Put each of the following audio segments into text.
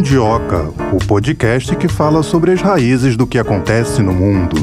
Mundioca, o podcast que fala sobre as raízes do que acontece no mundo.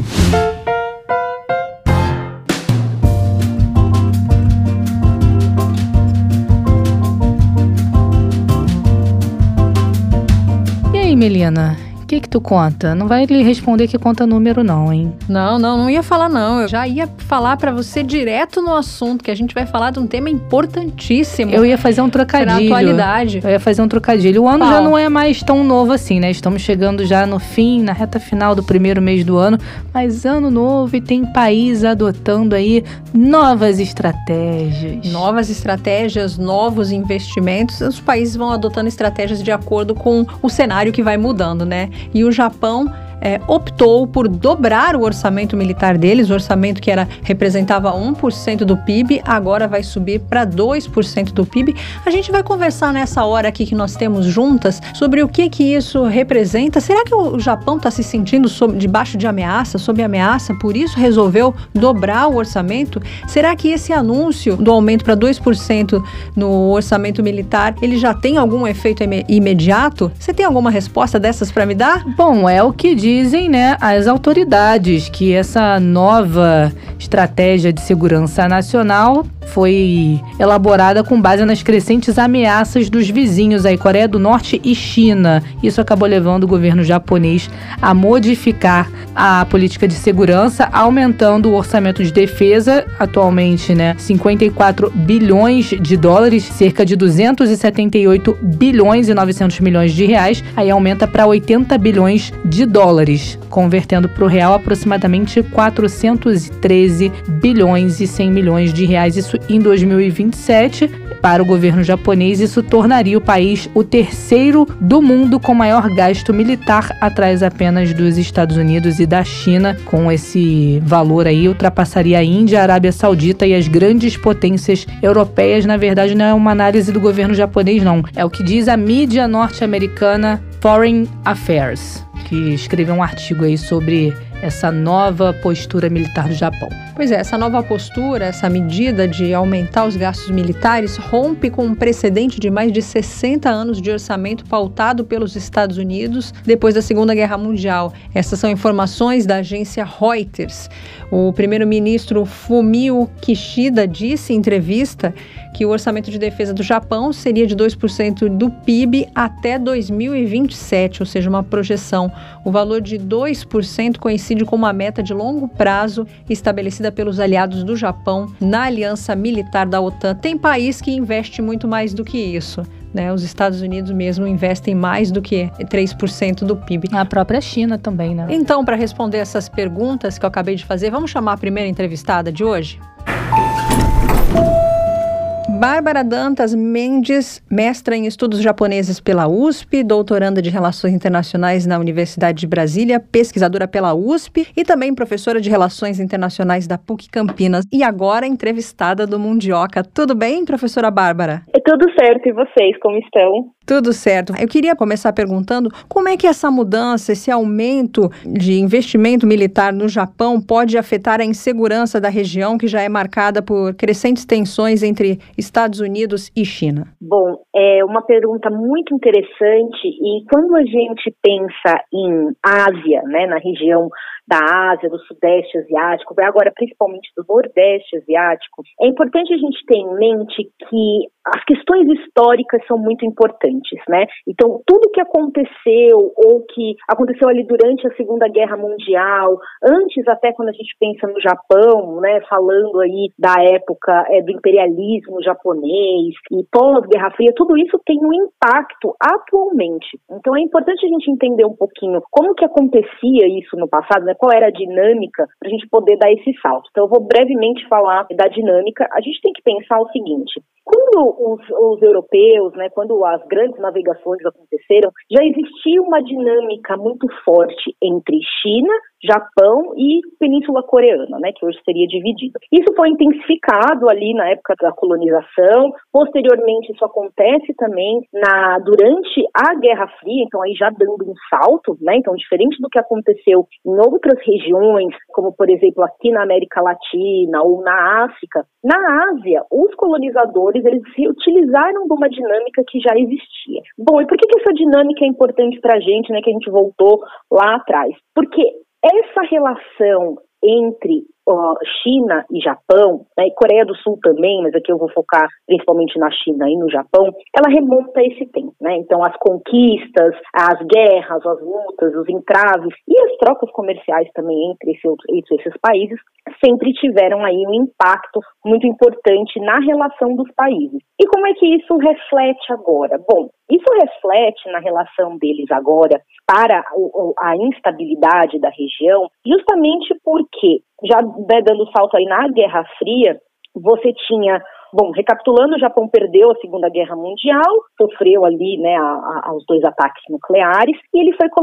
E aí, Melina? O que tu conta? Não vai lhe responder que conta número não, hein? Não ia falar não. Eu já ia falar pra você direto no assunto, que a gente vai falar de um tema importantíssimo. Eu ia fazer um trocadilho. Na atualidade. Eu ia fazer um trocadilho. O ano já não é mais tão novo assim, né? Estamos chegando já no fim, na reta final do primeiro mês do ano. Mas ano novo e tem país adotando aí novas estratégias. Novas estratégias, novos investimentos. Os países vão adotando estratégias de acordo com o cenário que vai mudando, né? E o Japão optou por dobrar o orçamento militar deles. O orçamento que representava 1% do PIB, agora vai subir para 2% do PIB. A gente vai conversar nessa hora aqui que nós temos juntas sobre o que isso representa. Será que o Japão está se sentindo debaixo de ameaça, sob ameaça, por isso resolveu dobrar o orçamento? Será que esse anúncio do aumento para 2% no orçamento militar, ele já tem algum efeito imediato? Você tem alguma resposta dessas para me dar? Bom, é o que dizem, né, as autoridades, que essa nova estratégia de segurança nacional foi elaborada com base nas crescentes ameaças dos vizinhos aí, Coreia do Norte e China. Isso acabou levando o governo japonês a modificar a política de segurança, aumentando o orçamento de defesa, atualmente, né, 54 bilhões de dólares, cerca de 278 bilhões e 900 milhões de reais, aí aumenta para 80 bilhões de dólares, convertendo para o real aproximadamente 413 bilhões e 100 milhões de reais. Isso em 2027. Para o governo japonês, isso tornaria o país o terceiro do mundo com maior gasto militar, atrás apenas dos Estados Unidos e da China. Com esse valor aí, ultrapassaria a Índia, a Arábia Saudita e as grandes potências europeias. Na verdade, não é uma análise do governo japonês, não. É o que diz a mídia norte-americana Foreign Affairs, que escreveu um artigo aí sobre essa nova postura militar do Japão. Pois é, essa nova postura, essa medida de aumentar os gastos militares rompe com um precedente de mais de 60 anos de orçamento pautado pelos Estados Unidos depois da Segunda Guerra Mundial. Essas são informações da agência Reuters. O primeiro-ministro Fumio Kishida disse em entrevista que o orçamento de defesa do Japão seria de 2% do PIB até 2027, ou seja, uma projeção. O valor de 2% coincide com uma meta de longo prazo estabelecida pelos aliados do Japão na aliança militar da OTAN. Tem país que investe muito mais do que isso, né? Os Estados Unidos mesmo investem mais do que 3% do PIB. A própria China também, né? Então, para responder essas perguntas que eu acabei de fazer, vamos chamar a primeira entrevistada de hoje? Bárbara Dantas Mendes, mestra em estudos japoneses pela USP, doutoranda de Relações Internacionais na Universidade de Brasília, pesquisadora pela USP e também professora de Relações Internacionais da PUC Campinas e agora entrevistada do Mundioca. Tudo bem, professora Bárbara? Tudo certo, e vocês, como estão? Tudo certo. Eu queria começar perguntando como é que essa mudança, esse aumento de investimento militar no Japão pode afetar a insegurança da região, que já é marcada por crescentes tensões entre Estados Unidos e China? Bom, é uma pergunta muito interessante, e quando a gente pensa em Ásia, né, na região da Ásia, do Sudeste Asiático, agora principalmente do Nordeste Asiático, é importante a gente ter em mente que as questões históricas são muito importantes, né? Então, tudo que aconteceu ou que aconteceu ali durante a Segunda Guerra Mundial, antes até quando a gente pensa no Japão, né, falando aí da época do imperialismo japonês e pós-Guerra Fria, tudo isso tem um impacto atualmente. Então, é importante a gente entender um pouquinho como que acontecia isso no passado, né? Qual era a dinâmica para a gente poder dar esse salto. Então, eu vou brevemente falar da dinâmica. A gente tem que pensar o seguinte: quando os europeus, né, quando as grandes navegações aconteceram, já existia uma dinâmica muito forte entre China, Japão e Península Coreana, né, que hoje seria dividida. Isso foi intensificado ali na época da colonização. Posteriormente, isso acontece também durante a Guerra Fria, então aí já dando um salto, né, então diferente do que aconteceu em outras regiões, como por exemplo aqui na América Latina ou na África, na Ásia, os colonizadores, eles se utilizaram de uma dinâmica que já existia. Bom, e por que essa dinâmica é importante para a gente, né, que a gente voltou lá atrás? Porque essa relação entre China e Japão, né, e Coreia do Sul também, mas aqui eu vou focar principalmente na China e no Japão, ela remonta a esse tempo, né? Então as conquistas, as guerras, as lutas, os entraves e as trocas comerciais também entre esses países sempre tiveram aí um impacto muito importante na relação dos países. E como é que isso reflete agora? Bom, isso reflete na relação deles agora para a instabilidade da região, justamente porque, já dando salto aí na Guerra Fria, você tinha, recapitulando, o Japão perdeu a Segunda Guerra Mundial, sofreu ali, né, aos 2 ataques nucleares, e ele foi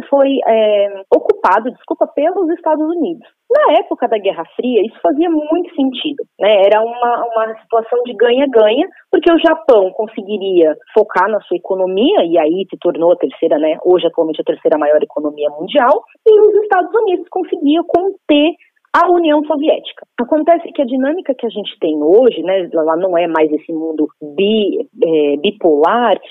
ocupado, pelos Estados Unidos. Na época da Guerra Fria, isso fazia muito sentido, né? Era uma situação de ganha-ganha, porque o Japão conseguiria focar na sua economia, e aí se tornou a terceira, né, hoje atualmente a terceira maior economia mundial, e os Estados Unidos conseguiam conter a União Soviética. Acontece que a dinâmica que a gente tem hoje, né, ela não é mais esse mundo bipolar.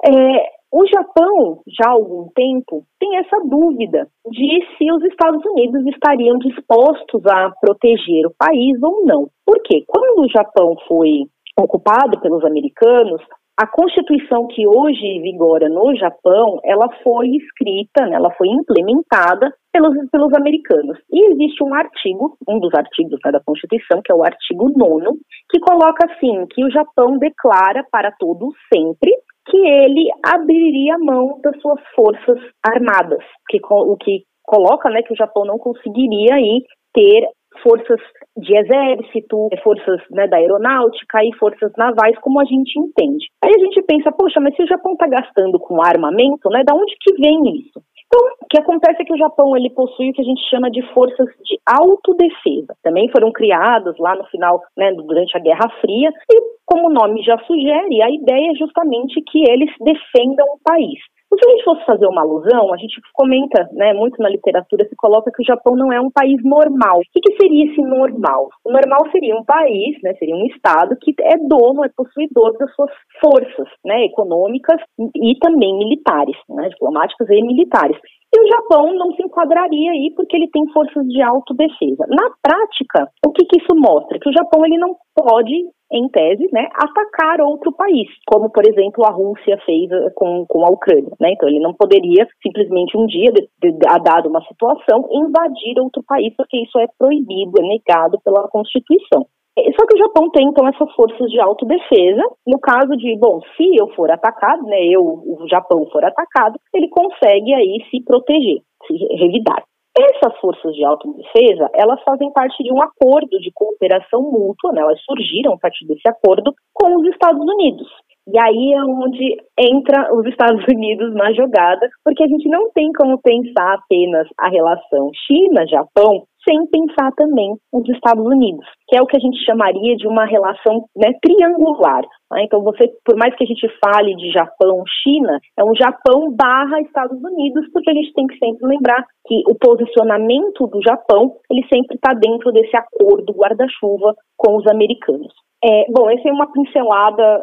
O Japão, já há algum tempo, tem essa dúvida de se os Estados Unidos estariam dispostos a proteger o país ou não. Por quê? Quando o Japão foi ocupado pelos americanos, a Constituição que hoje vigora no Japão, ela foi escrita, né, ela foi implementada pelos americanos. E existe um dos artigos, né, da Constituição, que é o artigo 9º, que coloca assim, que o Japão declara para todos sempre que ele abriria mão das suas forças armadas, o que coloca, né, que o Japão não conseguiria aí ter forças de exército, forças, né, da aeronáutica e forças navais, como a gente entende. Aí a gente pensa, poxa, mas se o Japão está gastando com armamento, né, da onde que vem isso? Então, o que acontece é que o Japão ele possui o que a gente chama de forças de autodefesa. Também foram criadas lá no final, né, durante a Guerra Fria, e como o nome já sugere, a ideia é justamente que eles defendam o país. Se a gente fosse fazer uma alusão, a gente comenta, né, muito na literatura, se coloca que o Japão não é um país normal. O que seria esse normal? O normal seria um país, né, seria um estado que é dono, é possuidor das suas forças, né, econômicas e também militares, né, diplomáticas e militares. E o Japão não se enquadraria aí porque ele tem forças de autodefesa. Na prática, o que isso mostra? Que o Japão ele não pode, em tese, né, atacar outro país, como, por exemplo, a Rússia fez com a Ucrânia, né? Então, ele não poderia simplesmente um dia, dada uma situação, invadir outro país, porque isso é proibido, é negado pela Constituição. Só que o Japão tem, então, essas forças de autodefesa. No caso de, se eu for atacado, né, o Japão for atacado, ele consegue aí se proteger, se revidar. Essas forças de autodefesa, elas fazem parte de um acordo de cooperação mútua, né? Elas surgiram a partir desse acordo com os Estados Unidos. E aí é onde entra os Estados Unidos na jogada, porque a gente não tem como pensar apenas a relação China-Japão sem pensar também os Estados Unidos, que é o que a gente chamaria de uma relação, né, triangular. Né? Então, por mais que a gente fale de Japão-China, é um Japão / Estados Unidos, porque a gente tem que sempre lembrar que o posicionamento do Japão, ele sempre está dentro desse acordo guarda-chuva com os americanos. Essa é uma pincelada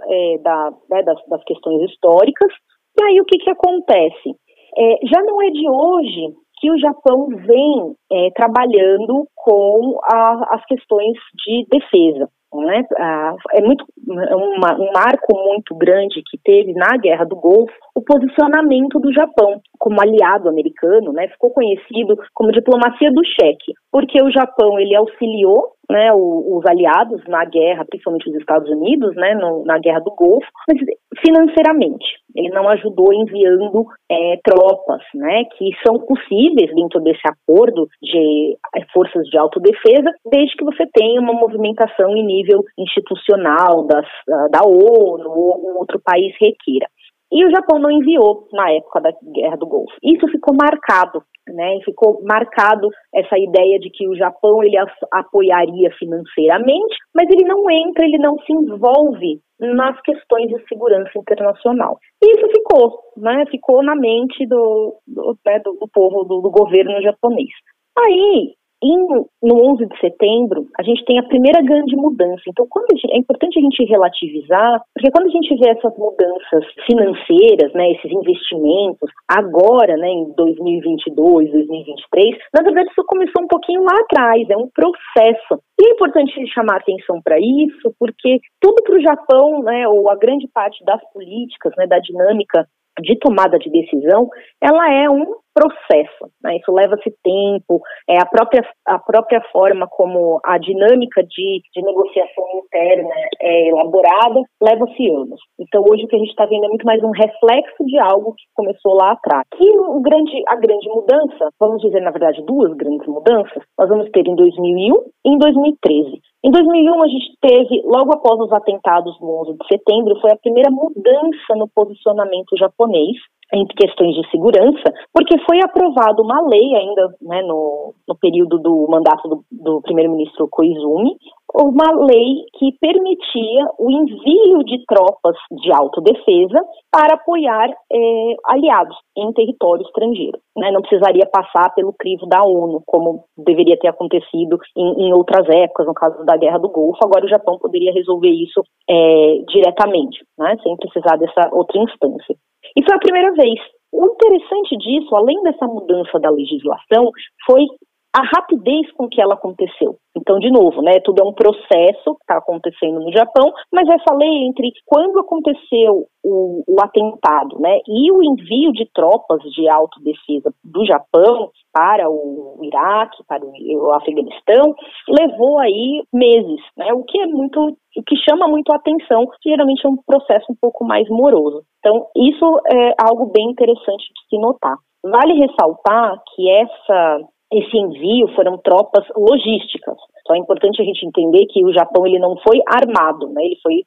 das questões históricas. E aí, o que acontece? Já não é de hoje que o Japão vem trabalhando com as questões de defesa. Né? Um marco muito grande que teve na Guerra do Golfo o posicionamento do Japão como aliado americano, né? Ficou conhecido como diplomacia do cheque, porque o Japão ele auxiliou, né, os aliados na guerra, principalmente os Estados Unidos, né, na Guerra do Golfo, mas financeiramente. Ele não ajudou enviando tropas, né, que são possíveis dentro desse acordo de forças de autodefesa, desde que você tenha uma movimentação em nível institucional da ONU ou algum outro país requeira. E o Japão não enviou na época da Guerra do Golfo. Isso ficou marcado, né? Ficou marcado essa ideia de que o Japão ele apoiaria financeiramente, mas ele não entra, ele não se envolve nas questões de segurança internacional. E isso ficou, né? Ficou na mente do povo, do governo japonês. Aí, no 11 de setembro, a gente tem a primeira grande mudança. Então, é importante a gente relativizar, porque quando a gente vê essas mudanças financeiras, né, esses investimentos, agora, né, em 2022, 2023, na verdade isso começou um pouquinho lá atrás, é um processo. E é importante chamar atenção para isso, porque tudo para o Japão, né, ou a grande parte das políticas, né, da dinâmica de tomada de decisão, ela é um processo, né? Isso leva-se tempo, a própria forma como a dinâmica de negociação interna é elaborada, leva-se anos. Então hoje o que a gente está vendo é muito mais um reflexo de algo que começou lá atrás. E a grande mudança, vamos dizer na verdade duas grandes mudanças, nós vamos ter em 2001 e em 2013. Em 2001 a gente teve, logo após os atentados do 11 de setembro, foi a primeira mudança no posicionamento japonês em questões de segurança, porque foi aprovada uma lei ainda, né, no período do mandato do primeiro-ministro Koizumi, uma lei que permitia o envio de tropas de autodefesa para apoiar aliados em território estrangeiro, né? Não precisaria passar pelo crivo da ONU, como deveria ter acontecido em outras épocas, no caso da Guerra do Golfo. Agora o Japão poderia resolver isso diretamente, né, sem precisar dessa outra instância. E foi a primeira vez. O interessante disso, além dessa mudança da legislação, foi a rapidez com que ela aconteceu. Então, de novo, né, tudo é um processo que está acontecendo no Japão, mas essa lei entre quando aconteceu o atentado, né, e o envio de tropas de autodefesa do Japão para o Iraque, para o Afeganistão, levou aí meses, né, o que chama muito a atenção, que geralmente é um processo um pouco mais moroso. Então, isso é algo bem interessante de se notar. Vale ressaltar que esse envio foram tropas logísticas. Então é importante a gente entender que o Japão ele não foi armado, né? Ele foi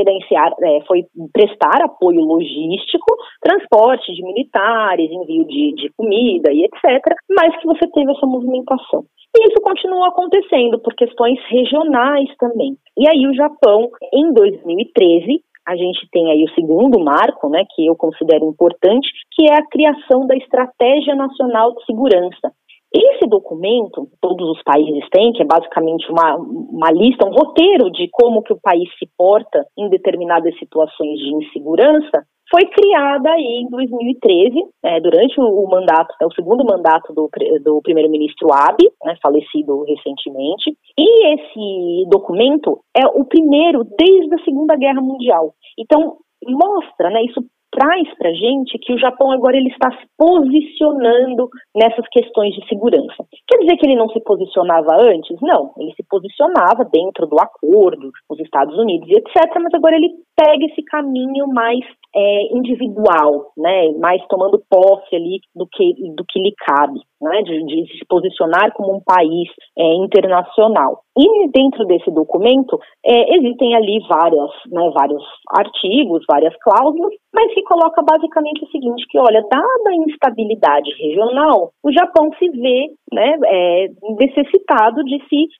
foi prestar apoio logístico, transporte de militares, envio de comida e etc., mas que você teve essa movimentação. E isso continua acontecendo por questões regionais também. E aí o Japão, em 2013, a gente tem aí o segundo marco, né, que eu considero importante, que é a criação da Estratégia Nacional de Segurança. Esse documento, todos os países têm, que é basicamente uma lista, um roteiro de como que o país se porta em determinadas situações de insegurança, foi criada aí em 2013, durante o mandato, o segundo mandato do primeiro-ministro Abe, né, falecido recentemente. E esse documento é o primeiro desde a Segunda Guerra Mundial. Então, mostra, né, isso traz para a gente que o Japão agora ele está se posicionando nessas questões de segurança. Quer dizer que ele não se posicionava antes? Não, ele se posicionava dentro do acordo, os Estados Unidos e etc., mas agora ele pega esse caminho mais individual, né, mais tomando posse ali do que lhe cabe, né, de se posicionar como um país internacional. E dentro desse documento existem ali vários artigos, várias cláusulas, mas que coloca basicamente o seguinte, que olha, dada a instabilidade regional, o Japão se vê, né, necessitado de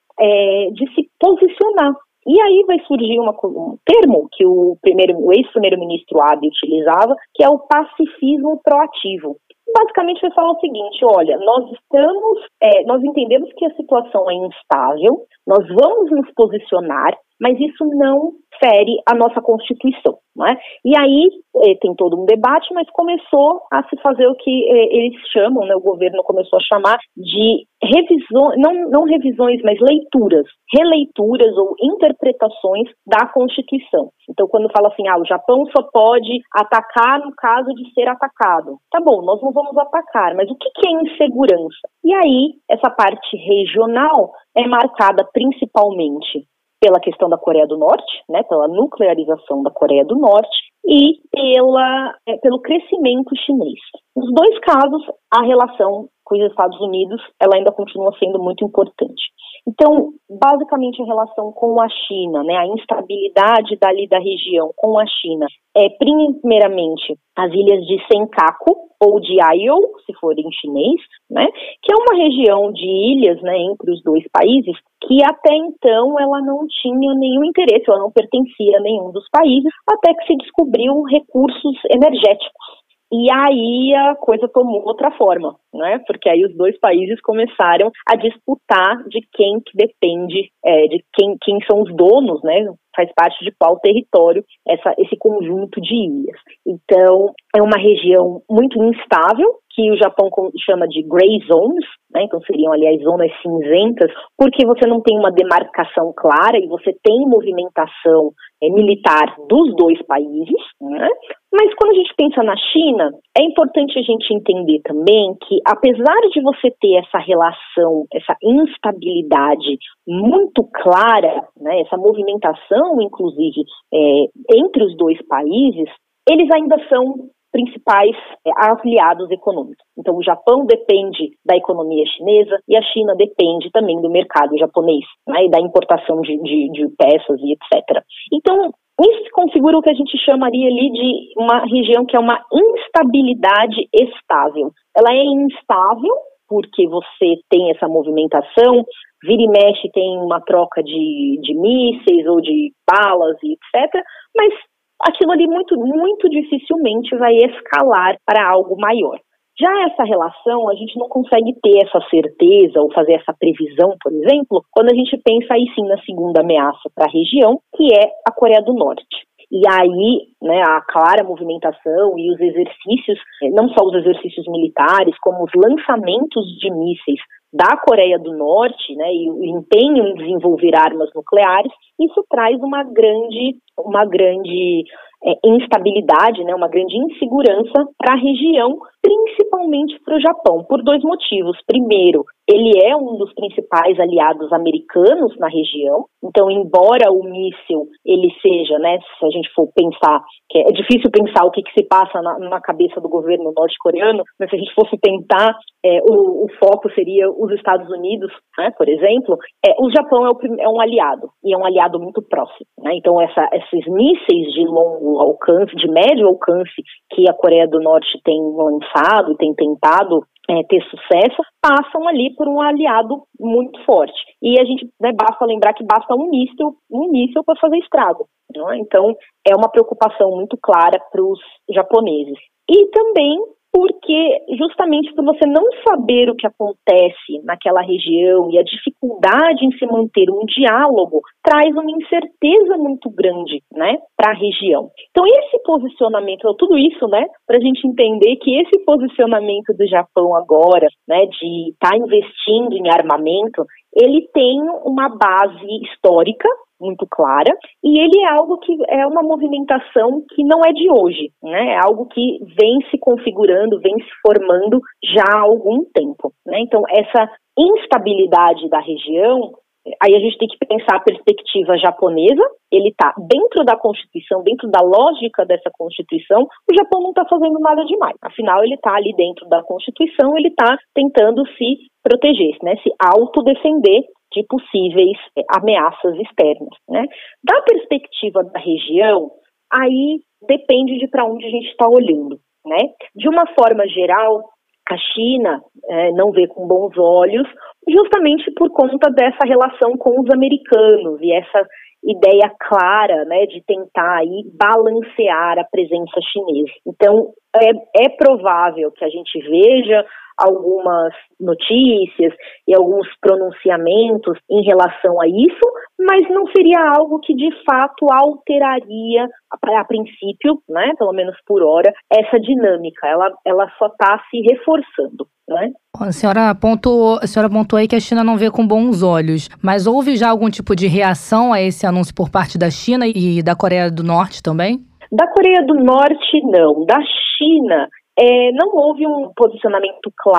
se posicionar. E aí vai surgir um termo que o ex-primeiro-ministro Abe utilizava, que é o pacifismo proativo. Basicamente vai falar o seguinte, olha, nós entendemos que a situação é instável, nós vamos nos posicionar, mas isso não fere a nossa Constituição, não é? E aí tem todo um debate, mas começou a se fazer o que eles chamam, né, o governo começou a chamar de revisões, não revisões, mas releituras ou interpretações da Constituição. Então, quando fala assim, o Japão só pode atacar no caso de ser atacado. Tá bom, nós não vamos atacar, mas o que é insegurança? E aí, essa parte regional é marcada principalmente pela questão da Coreia do Norte, né, pela nuclearização da Coreia do Norte e pelo crescimento chinês. Nos dois casos, a relação com os Estados Unidos ela ainda continua sendo muito importante. Então, basicamente, a relação com a China, né, a instabilidade dali da região com a China é, primeiramente, as ilhas de Senkaku, ou de Ayo, se for em chinês, né, que é uma região de ilhas, né, entre os dois países, que até então ela não tinha nenhum interesse, ela não pertencia a nenhum dos países, até que se descobriu recursos energéticos. E aí a coisa tomou outra forma, né? Porque aí os dois países começaram a disputar de quem que depende, de quem são os donos, né? Faz parte de qual território esse conjunto de ilhas. Então, é uma região muito instável, que o Japão chama de gray zones, né? Então seriam ali as zonas cinzentas, porque você não tem uma demarcação clara e você tem movimentação militar dos dois países, né? Mas quando a gente pensa na China, é importante a gente entender também que, apesar de você ter essa relação, essa instabilidade muito clara, né, essa movimentação, inclusive, entre os dois países, eles ainda são principais aliados econômicos. Então, o Japão depende da economia chinesa e a China depende também do mercado japonês, né, e da importação de peças e etc. Então, isso se configura o que a gente chamaria ali de uma região que é uma instabilidade estável. Ela é instável porque você tem essa movimentação, vira e mexe tem uma troca de mísseis ou de balas e etc., mas aquilo ali muito, muito dificilmente vai escalar para algo maior. Já essa relação, a gente não consegue ter essa certeza ou fazer essa previsão, por exemplo, quando a gente pensa aí sim na segunda ameaça para a região, que é a Coreia do Norte. E aí, né, a clara movimentação e os exercícios, não só os exercícios militares, como os lançamentos de mísseis da Coreia do Norte, né, e o empenho em desenvolver armas nucleares, isso traz uma grande instabilidade, né, uma grande insegurança para a região, principalmente para o Japão, por dois motivos. Primeiro, ele é um dos principais aliados americanos na região, então, embora o míssil, ele seja, né, se a gente for pensar, que é difícil pensar o que se passa na cabeça do governo norte-coreano, mas se a gente fosse tentar, o foco seria os Estados Unidos, né, por exemplo, o Japão é um aliado, e é um aliado muito próximo, né, então esses mísseis de longo alcance, de médio alcance, que a Coreia do Norte tem lançado, tem tentado ter sucesso, passam ali por um aliado muito forte. E a gente, né, basta lembrar que basta um míssil para fazer estrago, né? Então, é uma preocupação muito clara para os japoneses. E também porque, justamente por você não saber o que acontece naquela região e a dificuldade em se manter um diálogo, traz uma incerteza muito grande, né, para a região. Então, esse posicionamento, tudo isso, né, para a gente entender que esse posicionamento do Japão agora, né, de estar investindo em armamento, ele tem uma base histórica muito clara, e ele é algo que é uma movimentação que não é de hoje, né? É algo que vem se configurando, vem se formando já há algum tempo, né? Então, essa instabilidade da região, aí a gente tem que pensar a perspectiva japonesa, ele está dentro da Constituição, dentro da lógica dessa Constituição, o Japão não está fazendo nada demais. Afinal, ele está ali dentro da Constituição, ele está tentando se proteger, né? Se autodefender de possíveis ameaças externas, né? Da perspectiva da região, aí depende de para onde a gente está olhando, né? De uma forma geral, a China não vê com bons olhos, justamente por conta dessa relação com os americanos e essa ideia clara, né, de tentar aí balancear a presença chinesa. Então, é provável que a gente veja algumas notícias e alguns pronunciamentos em relação a isso, mas não seria algo que de fato alteraria, a princípio, né, pelo menos por hora, essa dinâmica. Ela só está se reforçando, né? A senhora apontou aí que a China não vê com bons olhos, mas houve já algum tipo de reação a esse anúncio por parte da China e da Coreia do Norte também? Da Coreia do Norte, não. Da China, não houve um posicionamento claro,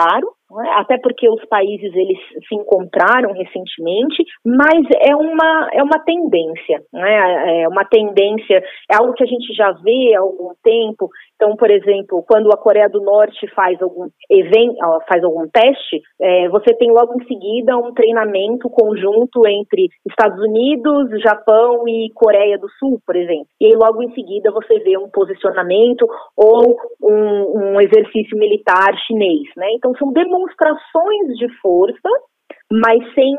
não é? Até porque os países eles se encontraram recentemente, mas é uma tendência, né? É uma tendência, é algo que a gente já vê há algum tempo. Então, por exemplo, quando a Coreia do Norte faz algum teste, você tem logo em seguida um treinamento conjunto entre Estados Unidos, Japão e Coreia do Sul, por exemplo. E aí logo em seguida você vê um posicionamento ou um exercício militar chinês, né? Então são demonstrações de força, mas sem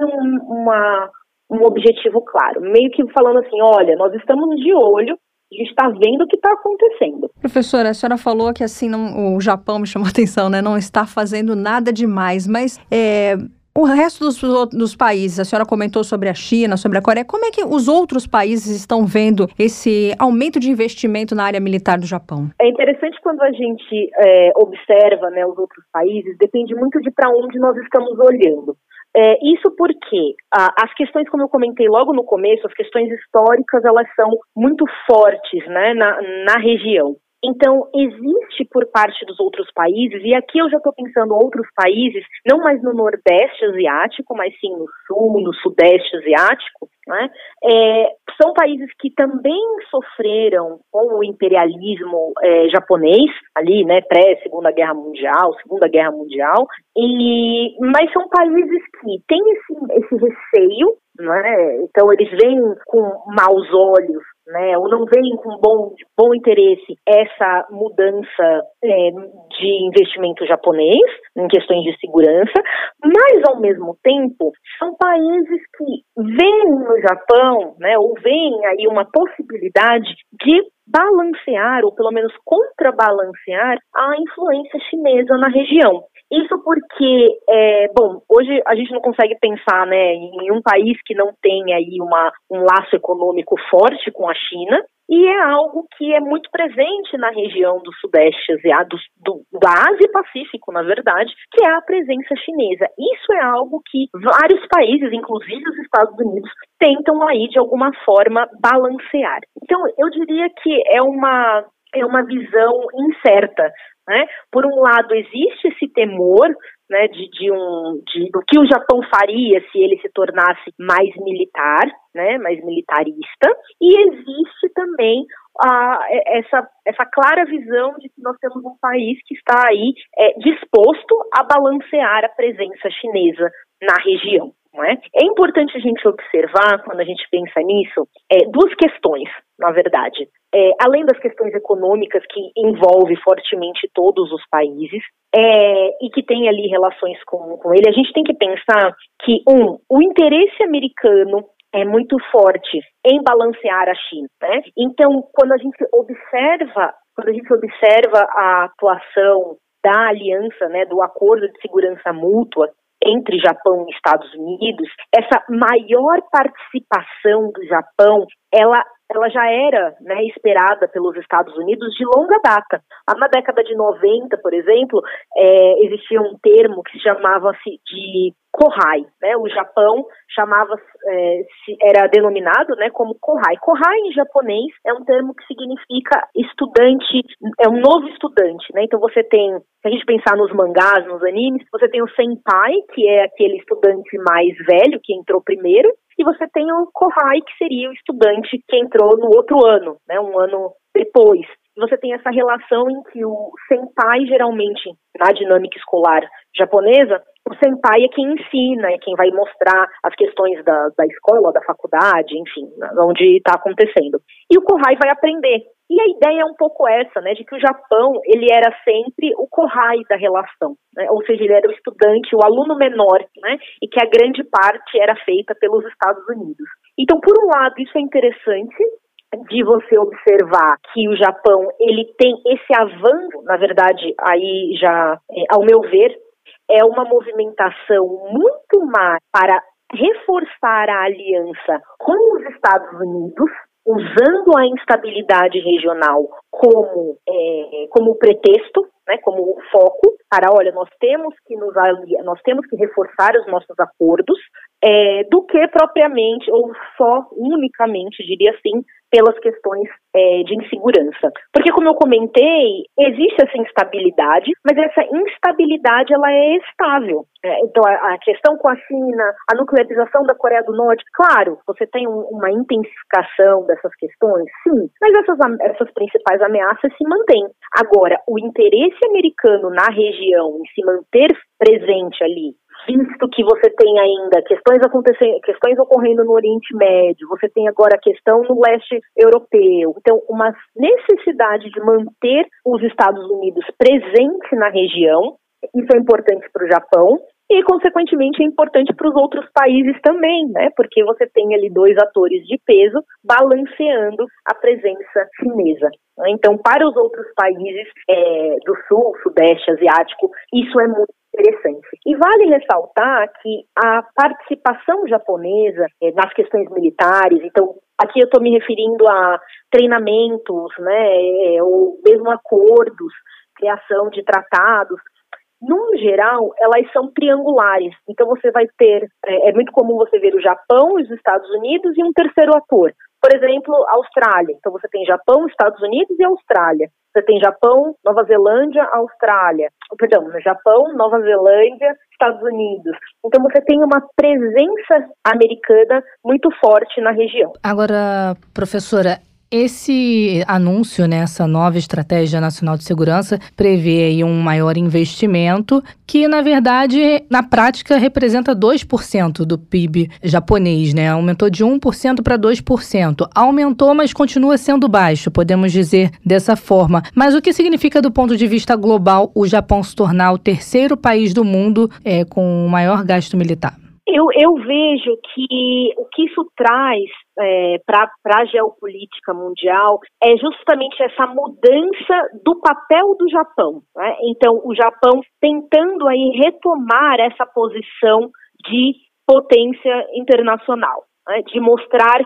um objetivo claro. Meio que falando assim, olha, nós estamos de olho, a gente está vendo o que está acontecendo. Professora, a senhora falou que assim o Japão me chamou a atenção, né? Não está fazendo nada demais, mas o resto dos países, a senhora comentou sobre a China, sobre a Coreia, como é que os outros países estão vendo esse aumento de investimento na área militar do Japão? É interessante quando a gente observa, né, os outros países, depende muito de para onde nós estamos olhando. Isso porque as questões, como eu comentei logo no começo, as questões históricas, elas são muito fortes, né, na região. Então, existe por parte dos outros países, e aqui eu já estou pensando outros países, não mais no Nordeste Asiático, mas sim no Sul, no Sudeste Asiático, né? São países que também sofreram com o imperialismo japonês, ali, né, pré-Segunda Guerra Mundial, Segunda Guerra Mundial, mas são países que têm esse receio, né? Então eles veem com maus olhos, né, ou não veem com bom interesse essa mudança de investimento japonês em questões de segurança, mas ao mesmo tempo são países que veem no Japão, né, ou veem aí uma possibilidade de balancear, ou pelo menos contrabalancear, a influência chinesa na região. Isso porque, hoje a gente não consegue pensar, né, em um país que não tem aí um laço econômico forte com a China, e é algo que é muito presente na região do Sudeste Asiático, da Ásia e Pacífico, na verdade, que é a presença chinesa. Isso é algo que vários países, inclusive os Estados Unidos, tentam aí de alguma forma balancear. Então, eu diria que é uma visão incerta, né? Por um lado, existe esse temor, né, do que o Japão faria se ele se tornasse mais militar, né, mais militarista, e existe também essa clara visão de que nós temos um país que está aí disposto a balancear a presença chinesa na região. Não é? É importante a gente observar, quando a gente pensa nisso, duas questões, na verdade. Além das questões econômicas, que envolve fortemente todos os países, e que tem ali relações com ele, a gente tem que pensar que, o interesse americano é muito forte em balancear a China, né? Então, quando a gente observa a atuação da aliança, né, do Acordo de Segurança Mútua entre Japão e Estados Unidos, essa maior participação do Japão, ela já era, né, esperada pelos Estados Unidos de longa data. Na década de 90, por exemplo, existia um termo que se chamava-se de Kohai, né? O Japão era denominado, né, como Kohai. Kohai em japonês é um termo que significa estudante, é um novo estudante, né? Então você tem, se a gente pensar nos mangás, nos animes, você tem o senpai, que é aquele estudante mais velho que entrou primeiro, e você tem o Kohai, que seria o estudante que entrou no outro ano, né, um ano depois. Você tem essa relação em que o senpai, geralmente, na dinâmica escolar japonesa, o senpai é quem ensina, é quem vai mostrar as questões da escola, da faculdade, enfim, onde está acontecendo. E o Kohai vai aprender. E a ideia é um pouco essa, né, de que o Japão, ele era sempre o Kohai da relação, né, ou seja, ele era o estudante, o aluno menor, né, e que a grande parte era feita pelos Estados Unidos. Então, por um lado, isso é interessante, de você observar que o Japão, ele tem esse avanço, na verdade, aí já, ao meu ver, é uma movimentação muito mais para reforçar a aliança com os Estados Unidos, usando a instabilidade regional como pretexto, né, como foco, para, olha, nós temos que reforçar os nossos acordos, do que propriamente, ou só unicamente, diria assim, pelas questões de insegurança. Porque, como eu comentei, existe essa instabilidade, mas essa instabilidade ela é estável. Então, a questão com a China, a nuclearização da Coreia do Norte, claro, você tem uma intensificação dessas questões, sim, mas essas principais ameaças se mantêm. Agora, o interesse americano na região, em se manter presente ali, visto que você tem ainda questões ocorrendo no Oriente Médio, você tem agora a questão no leste europeu. Então, uma necessidade de manter os Estados Unidos presente na região, isso é importante para o Japão e, consequentemente, é importante para os outros países também, né? Porque você tem ali 2 atores de peso balanceando a presença chinesa. Então, para os outros países do sul, sudeste asiático, isso é muito interessante. E vale ressaltar que a participação japonesa nas questões militares, então aqui eu estou me referindo a treinamentos, né, ou mesmo acordos, criação de tratados, no geral, elas são triangulares. Então você vai ter, é muito comum você ver o Japão, os Estados Unidos e um terceiro ator. Por exemplo, a Austrália. Então você tem Japão, Estados Unidos e Austrália. Você tem Japão, Nova Zelândia, Austrália. Perdão, Japão, Nova Zelândia, Estados Unidos. Então você tem uma presença americana muito forte na região. Agora, professora, esse anúncio, né, essa nova Estratégia Nacional de Segurança, prevê aí um maior investimento que, na verdade, na prática, representa 2% do PIB japonês, né? Aumentou de 1% para 2%. Aumentou, mas continua sendo baixo, podemos dizer dessa forma. Mas o que significa, do ponto de vista global, o Japão se tornar o terceiro país do mundo com o maior gasto militar? Eu vejo que o que isso traz para a geopolítica mundial é justamente essa mudança do papel do Japão, né? Então, o Japão tentando aí retomar essa posição de potência internacional, né? De mostrar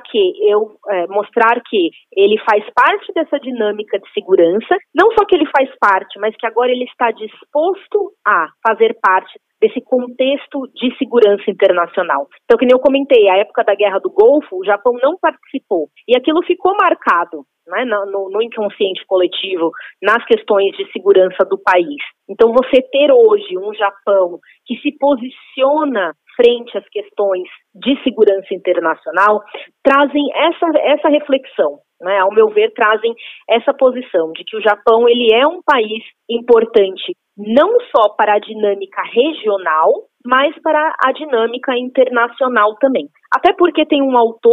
que ele faz parte dessa dinâmica de segurança, não só que ele faz parte, mas que agora ele está disposto a fazer parte desse contexto de segurança internacional. Então, que nem eu comentei, a época da Guerra do Golfo, o Japão não participou. E aquilo ficou marcado, né, no inconsciente coletivo, nas questões de segurança do país. Então, você ter hoje um Japão que se posiciona frente às questões de segurança internacional, trazem essa reflexão, né? Ao meu ver, trazem essa posição de que o Japão ele é um país importante não só para a dinâmica regional, mas para a dinâmica internacional também. Até porque tem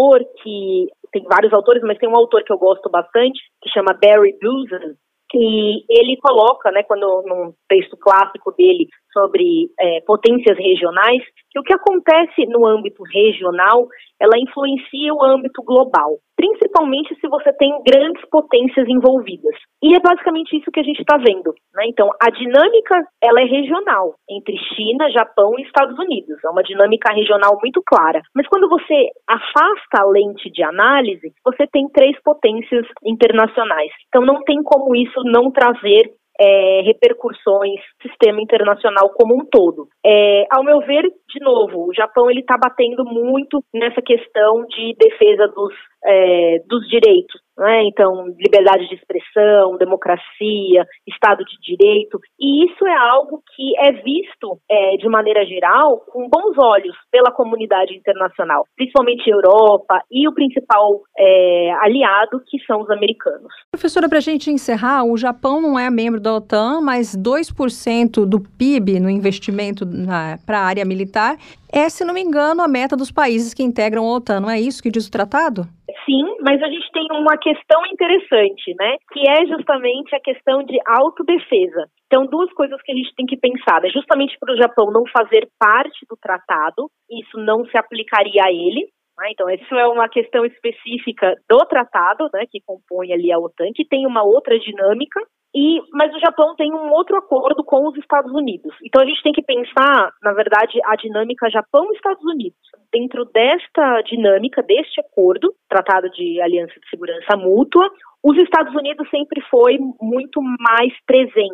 vários autores, mas tem um autor que eu gosto bastante, que chama Barry Buzan, que ele coloca, né, num texto clássico dele sobre potências regionais, que o que acontece no âmbito regional, ela influencia o âmbito global, principalmente se você tem grandes potências envolvidas. E é basicamente isso que a gente está vendo, né? Então, a dinâmica, ela é regional, entre China, Japão e Estados Unidos. É uma dinâmica regional muito clara. Mas quando você afasta a lente de análise, você tem 3 potências internacionais. Então, não tem como isso não trazer repercussões no sistema internacional como um todo. Ao meu ver, de novo, o Japão está batendo muito nessa questão de defesa dos direitos, né? Então, liberdade de expressão, democracia, Estado de Direito, e isso é algo que é visto, de maneira geral, com bons olhos pela comunidade internacional, principalmente a Europa e o principal aliado, que são os americanos. Professora, para a gente encerrar, o Japão não é membro da OTAN, mas 2% do PIB no investimento para a área militar se não me engano, a meta dos países que integram a OTAN. Não é isso que diz o tratado? Sim, mas a gente tem uma questão interessante, né? Que é justamente a questão de autodefesa. Então, 2 coisas que a gente tem que pensar. É justamente para o Japão não fazer parte do tratado, isso não se aplicaria a ele. Então, isso é uma questão específica do tratado, né, que compõe ali a OTAN, que tem uma outra dinâmica, mas o Japão tem um outro acordo com os Estados Unidos. Então, a gente tem que pensar, na verdade, a dinâmica Japão e Estados Unidos. Dentro desta dinâmica, deste acordo, Tratado de Aliança de Segurança Mútua, os Estados Unidos sempre foi muito mais presente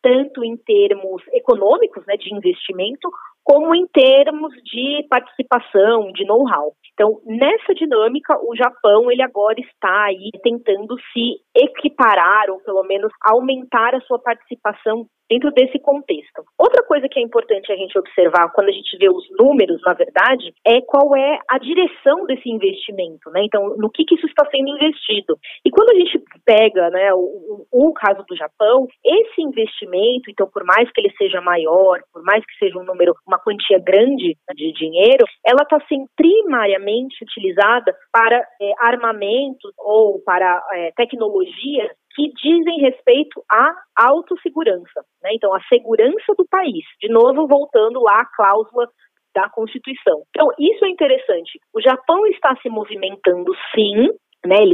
tanto em termos econômicos, né, de investimento, como em termos de participação, de know-how. Então, nessa dinâmica, o Japão, ele agora está aí tentando se equiparar, ou pelo menos aumentar a sua participação dentro desse contexto. Outra coisa que é importante a gente observar quando a gente vê os números, na verdade, é qual é a direção desse investimento, né? Então, no que isso está sendo investido. E quando a gente pega, né, o caso do Japão, esse investimento, então, por mais que ele seja maior, por mais que seja uma quantia grande de dinheiro, ela está sendo primariamente utilizada para armamentos ou para tecnologias que dizem respeito à autossegurança, né? Então, a segurança do país. De novo, voltando lá à cláusula da Constituição. Então, isso é interessante. O Japão está se movimentando, sim, né? Ele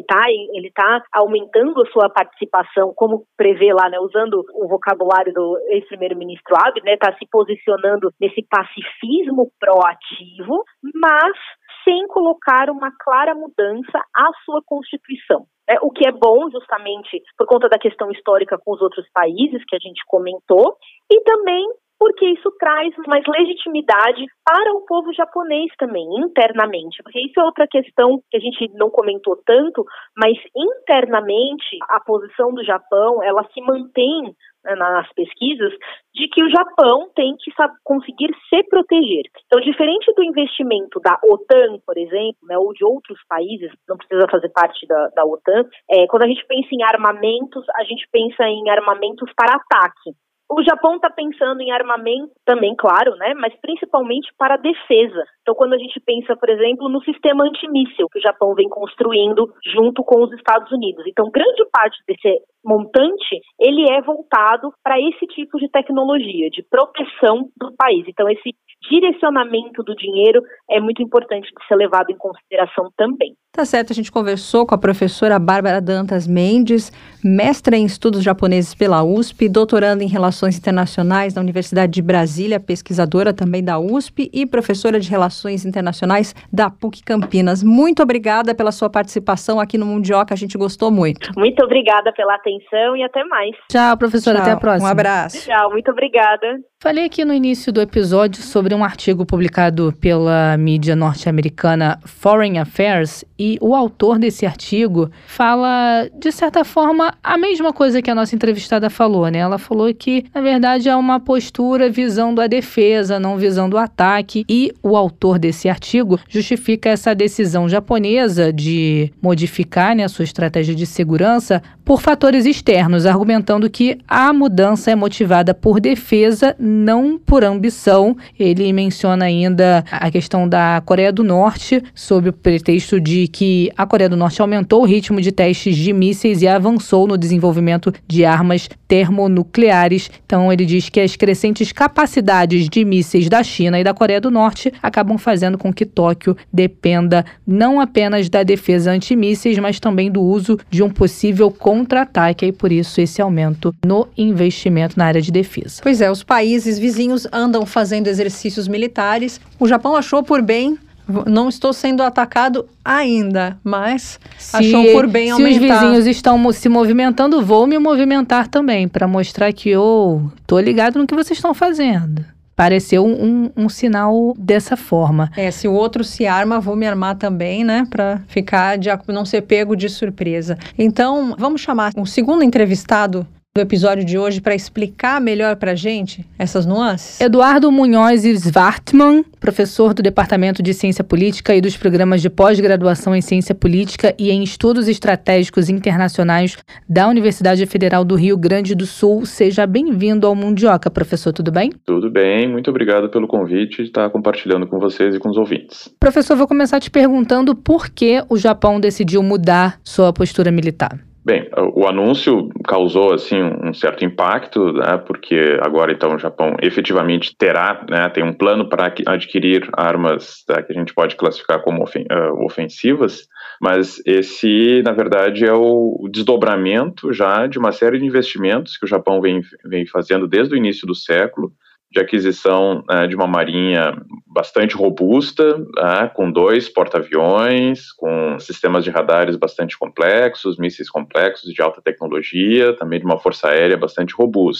tá aumentando a sua participação, como prevê lá, né? Usando o vocabulário do ex-primeiro-ministro Abe, né? Está se posicionando nesse pacifismo proativo, mas sem colocar uma clara mudança à sua Constituição. O que é bom, justamente, por conta da questão histórica com os outros países que a gente comentou, e também porque isso traz mais legitimidade para o povo japonês também, internamente. Porque isso é outra questão que a gente não comentou tanto, mas internamente a posição do Japão, ela se mantém nas pesquisas, de que o Japão tem que conseguir se proteger. Então, diferente do investimento da OTAN, por exemplo, né, ou de outros países, não precisa fazer parte da OTAN, quando a gente pensa em armamentos, a gente pensa em armamentos para ataque. O Japão está pensando em armamento também, claro, né, mas principalmente para a defesa. Então, quando a gente pensa, por exemplo, no sistema antimíssil que o Japão vem construindo junto com os Estados Unidos. Então, grande parte desse montante, ele é voltado para esse tipo de tecnologia, de proteção do país. Então, esse direcionamento do dinheiro é muito importante de ser levado em consideração também. Tá certo, a gente conversou com a professora Bárbara Dantas Mendes, mestra em estudos japoneses pela USP, doutoranda em Relações Internacionais da Universidade de Brasília, pesquisadora também da USP e professora de Relações Internacionais da PUC Campinas. Muito obrigada pela sua participação aqui no Mundioca, a gente gostou muito. Muito obrigada pela atenção e até mais. Tchau, professora, até a próxima. Um abraço. Tchau, muito obrigada. Falei aqui no início do episódio sobre um artigo publicado pela mídia norte-americana Foreign Affairs e o autor desse artigo fala, de certa forma, a mesma coisa que a nossa entrevistada falou, né? Ela falou que, na verdade, é uma postura visando a defesa, não visando o ataque, e o autor desse artigo justifica essa decisão japonesa de modificar, né, a sua estratégia de segurança por fatores externos, argumentando que a mudança é motivada por defesa, não por ambição. Ele menciona ainda a questão da Coreia do Norte, sob o pretexto de que a Coreia do Norte aumentou o ritmo de testes de mísseis e avançou no desenvolvimento de armas termonucleares. Então, ele diz que as crescentes capacidades de mísseis da China e da Coreia do Norte acabam fazendo com que Tóquio dependa não apenas da defesa antimísseis, mas também do uso de um possível contra-ataque, e por isso esse aumento no investimento na área de defesa. Pois é, os países vizinhos andam fazendo exercícios militares. O Japão achou por bem, não estou sendo atacado ainda, mas achou por bem aumentar. Se os vizinhos estão se movimentando, vou me movimentar também, para mostrar que eu tô ligado no que vocês estão fazendo. Pareceu um sinal dessa forma. Se o outro se arma, vou me armar também, né? Para não ser pego de surpresa. Então, vamos chamar um segundo entrevistado do episódio de hoje para explicar melhor para a gente essas nuances? Eduardo Munhoz Svartman, professor do Departamento de Ciência Política e dos programas de pós-graduação em Ciência Política e em Estudos Estratégicos Internacionais da Universidade Federal do Rio Grande do Sul. Seja bem-vindo ao Mundioca, professor, tudo bem? Tudo bem, muito obrigado pelo convite de estar compartilhando com vocês e com os ouvintes. Professor, vou começar te perguntando por que o Japão decidiu mudar sua postura militar. Bem, o anúncio causou assim um certo impacto, né, porque agora então o Japão efetivamente terá, né, tem um plano para adquirir armas, tá, que a gente pode classificar como ofensivas, mas esse, na verdade, é o desdobramento já de uma série de investimentos que o Japão vem fazendo desde o início do século, de aquisição de uma marinha bastante robusta, com 2 porta-aviões, com sistemas de radares bastante complexos, mísseis complexos de alta tecnologia, também de uma força aérea bastante robusta.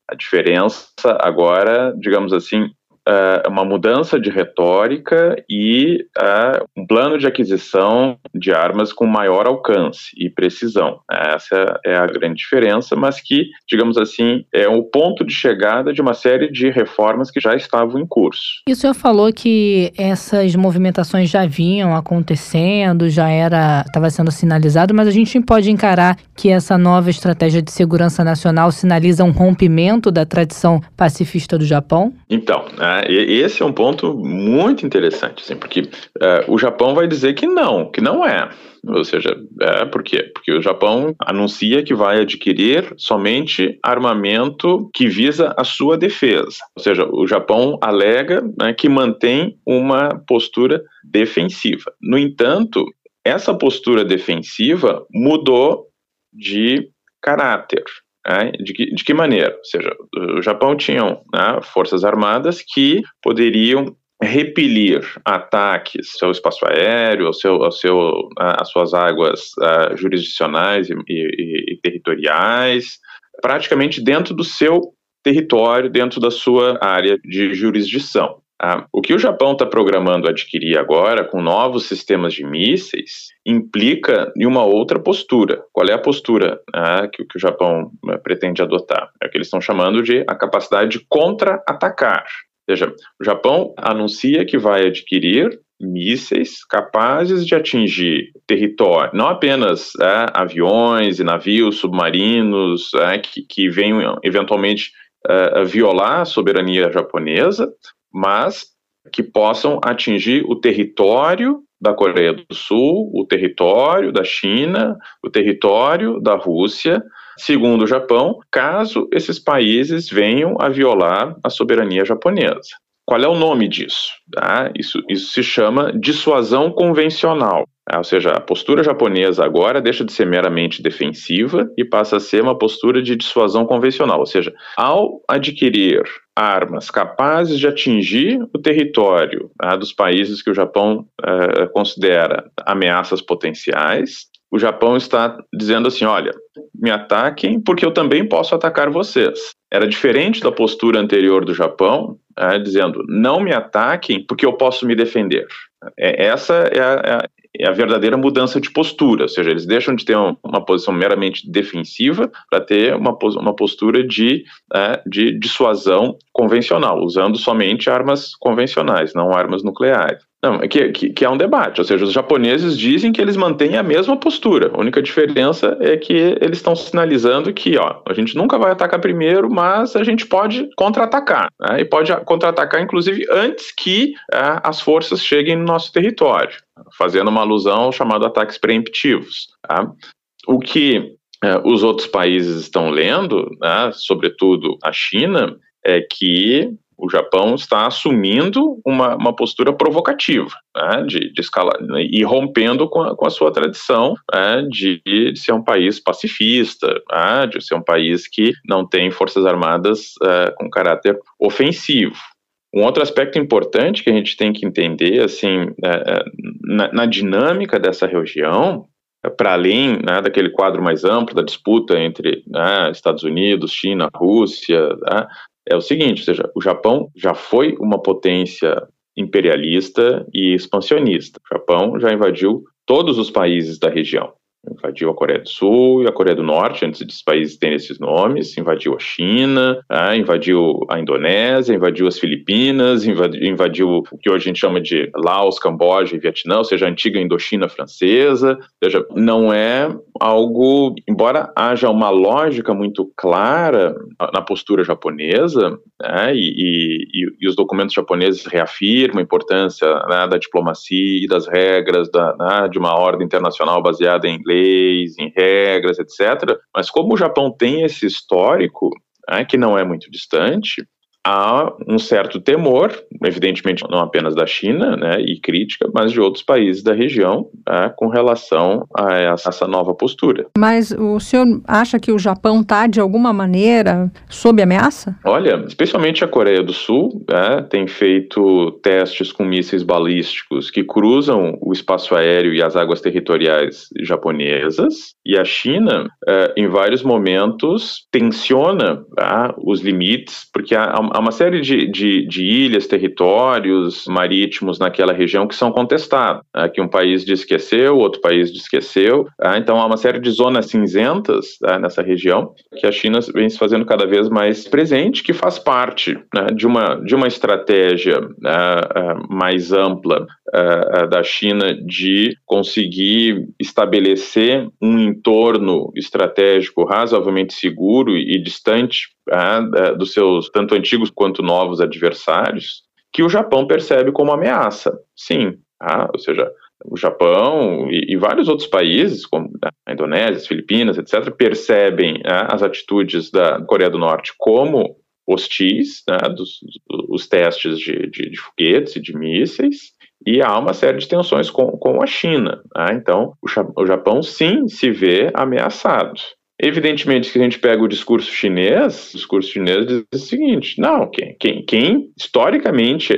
A diferença agora, digamos assim, uma mudança de retórica e um plano de aquisição de armas com maior alcance e precisão. Essa é a grande diferença, mas que, digamos assim, é o ponto de chegada de uma série de reformas que já estavam em curso. E o senhor falou que essas movimentações já vinham acontecendo, estava sendo sinalizado, mas a gente pode encarar que essa nova estratégia de segurança nacional sinaliza um rompimento da tradição pacifista do Japão? Então, esse é um ponto muito interessante, assim, porque o Japão vai dizer que não é. Ou seja, por quê? Porque o Japão anuncia que vai adquirir somente armamento que visa a sua defesa. Ou seja, o Japão alega, né, que mantém uma postura defensiva. No entanto, essa postura defensiva mudou de caráter. De que maneira? Ou seja, o Japão tinha forças armadas que poderiam repelir ataques ao seu espaço aéreo, às suas águas jurisdicionais e territoriais, praticamente dentro do seu território, dentro da sua área de jurisdição. O que o Japão está programando adquirir agora, com novos sistemas de mísseis, implica em uma outra postura. Qual é a postura que o Japão pretende adotar? É o que eles estão chamando de a capacidade de contra-atacar. Ou seja, o Japão anuncia que vai adquirir mísseis capazes de atingir território, não apenas aviões e navios submarinos que venham eventualmente violar a soberania japonesa, mas que possam atingir o território da Coreia do Sul, o território da China, o território da Rússia, segundo o Japão, caso esses países venham a violar a soberania japonesa. Qual é o nome disso? Isso se chama dissuasão convencional. Ou seja, a postura japonesa agora deixa de ser meramente defensiva e passa a ser uma postura de dissuasão convencional. Ou seja, ao adquirir armas capazes de atingir o território dos países que o Japão considera ameaças potenciais, o Japão está dizendo assim, olha, me ataquem porque eu também posso atacar vocês. Era diferente da postura anterior do Japão, dizendo, não me ataquem porque eu posso me defender. Essa é a verdadeira mudança de postura, ou seja, eles deixam de ter uma posição meramente defensiva para ter uma postura de dissuasão convencional, usando somente armas convencionais, não armas nucleares. Não, que é um debate, ou seja, os japoneses dizem que eles mantêm a mesma postura, a única diferença é que eles estão sinalizando que a gente nunca vai atacar primeiro, mas a gente pode contra-atacar, e pode contra-atacar inclusive antes que as forças cheguem no nosso território, fazendo uma alusão ao chamado ataques preemptivos. O que os outros países estão lendo, sobretudo a China, é que o Japão está assumindo uma postura provocativa, de escalar e rompendo com a sua tradição de ser um país pacifista, de ser um país que não tem forças armadas com caráter ofensivo. Um outro aspecto importante que a gente tem que entender, assim, na dinâmica dessa região, para além daquele quadro mais amplo da disputa entre Estados Unidos, China, Rússia, é o seguinte, ou seja, o Japão já foi uma potência imperialista e expansionista. O Japão já invadiu todos os países da região. Invadiu a Coreia do Sul e a Coreia do Norte, antes desses países terem esses nomes, invadiu a China, invadiu a Indonésia, invadiu as Filipinas, invadiu o que hoje a gente chama de Laos, Camboja e Vietnã, ou seja, a antiga Indochina francesa. Ou seja, não é algo, embora haja uma lógica muito clara na postura japonesa, e os documentos japoneses reafirmam a importância da diplomacia e das regras de uma ordem internacional baseada em leis, em regras, etc. Mas como o Japão tem esse histórico, que não é muito distante, há um certo temor, evidentemente não apenas da China, né, e crítica, mas de outros países da região, com relação a essa nova postura. Mas o senhor acha que o Japão está, de alguma maneira, sob ameaça? Olha, especialmente a Coreia do Sul tem feito testes com mísseis balísticos que cruzam o espaço aéreo e as águas territoriais japonesas, e a China, em vários momentos, tensiona os limites, porque há uma série de ilhas, territórios marítimos naquela região que são contestados, que um país diz que é seu, outro país diz que é seu, então há uma série de zonas cinzentas nessa região, que a China vem se fazendo cada vez mais presente, que faz parte de uma estratégia mais ampla da China de conseguir estabelecer um entorno estratégico razoavelmente seguro e distante dos seus tanto antigos quanto novos adversários, que o Japão percebe como ameaça. Sim, ou seja, o Japão e vários outros países, como a Indonésia, as Filipinas, etc., percebem as atitudes da Coreia do Norte como hostis, os testes de foguetes e de mísseis, e há uma série de tensões com a China. Então, o Japão, sim, se vê ameaçado. Evidentemente que a gente pega o discurso chinês diz o seguinte: não, quem historicamente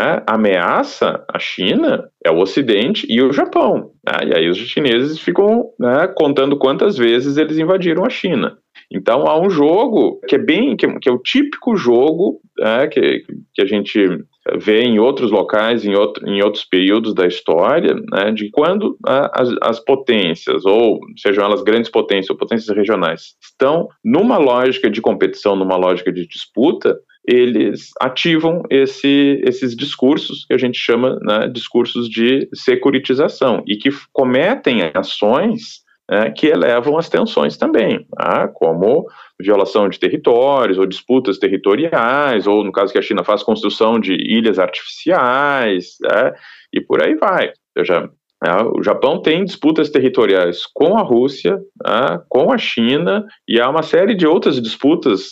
ameaça a China é o Ocidente e o Japão. E aí os chineses ficam contando quantas vezes eles invadiram a China. Então há um jogo que é o típico jogo que a gente vê em outros locais, em outros períodos da história, de quando as potências, ou sejam elas grandes potências ou potências regionais, estão numa lógica de competição, numa lógica de disputa, eles ativam esses discursos que a gente chama discursos de securitização, e que cometem ações que elevam as tensões também, como violação de territórios, ou disputas territoriais, ou no caso que a China faz, construção de ilhas artificiais, e por aí vai. Ou seja, o Japão tem disputas territoriais com a Rússia, com a China, e há uma série de outras disputas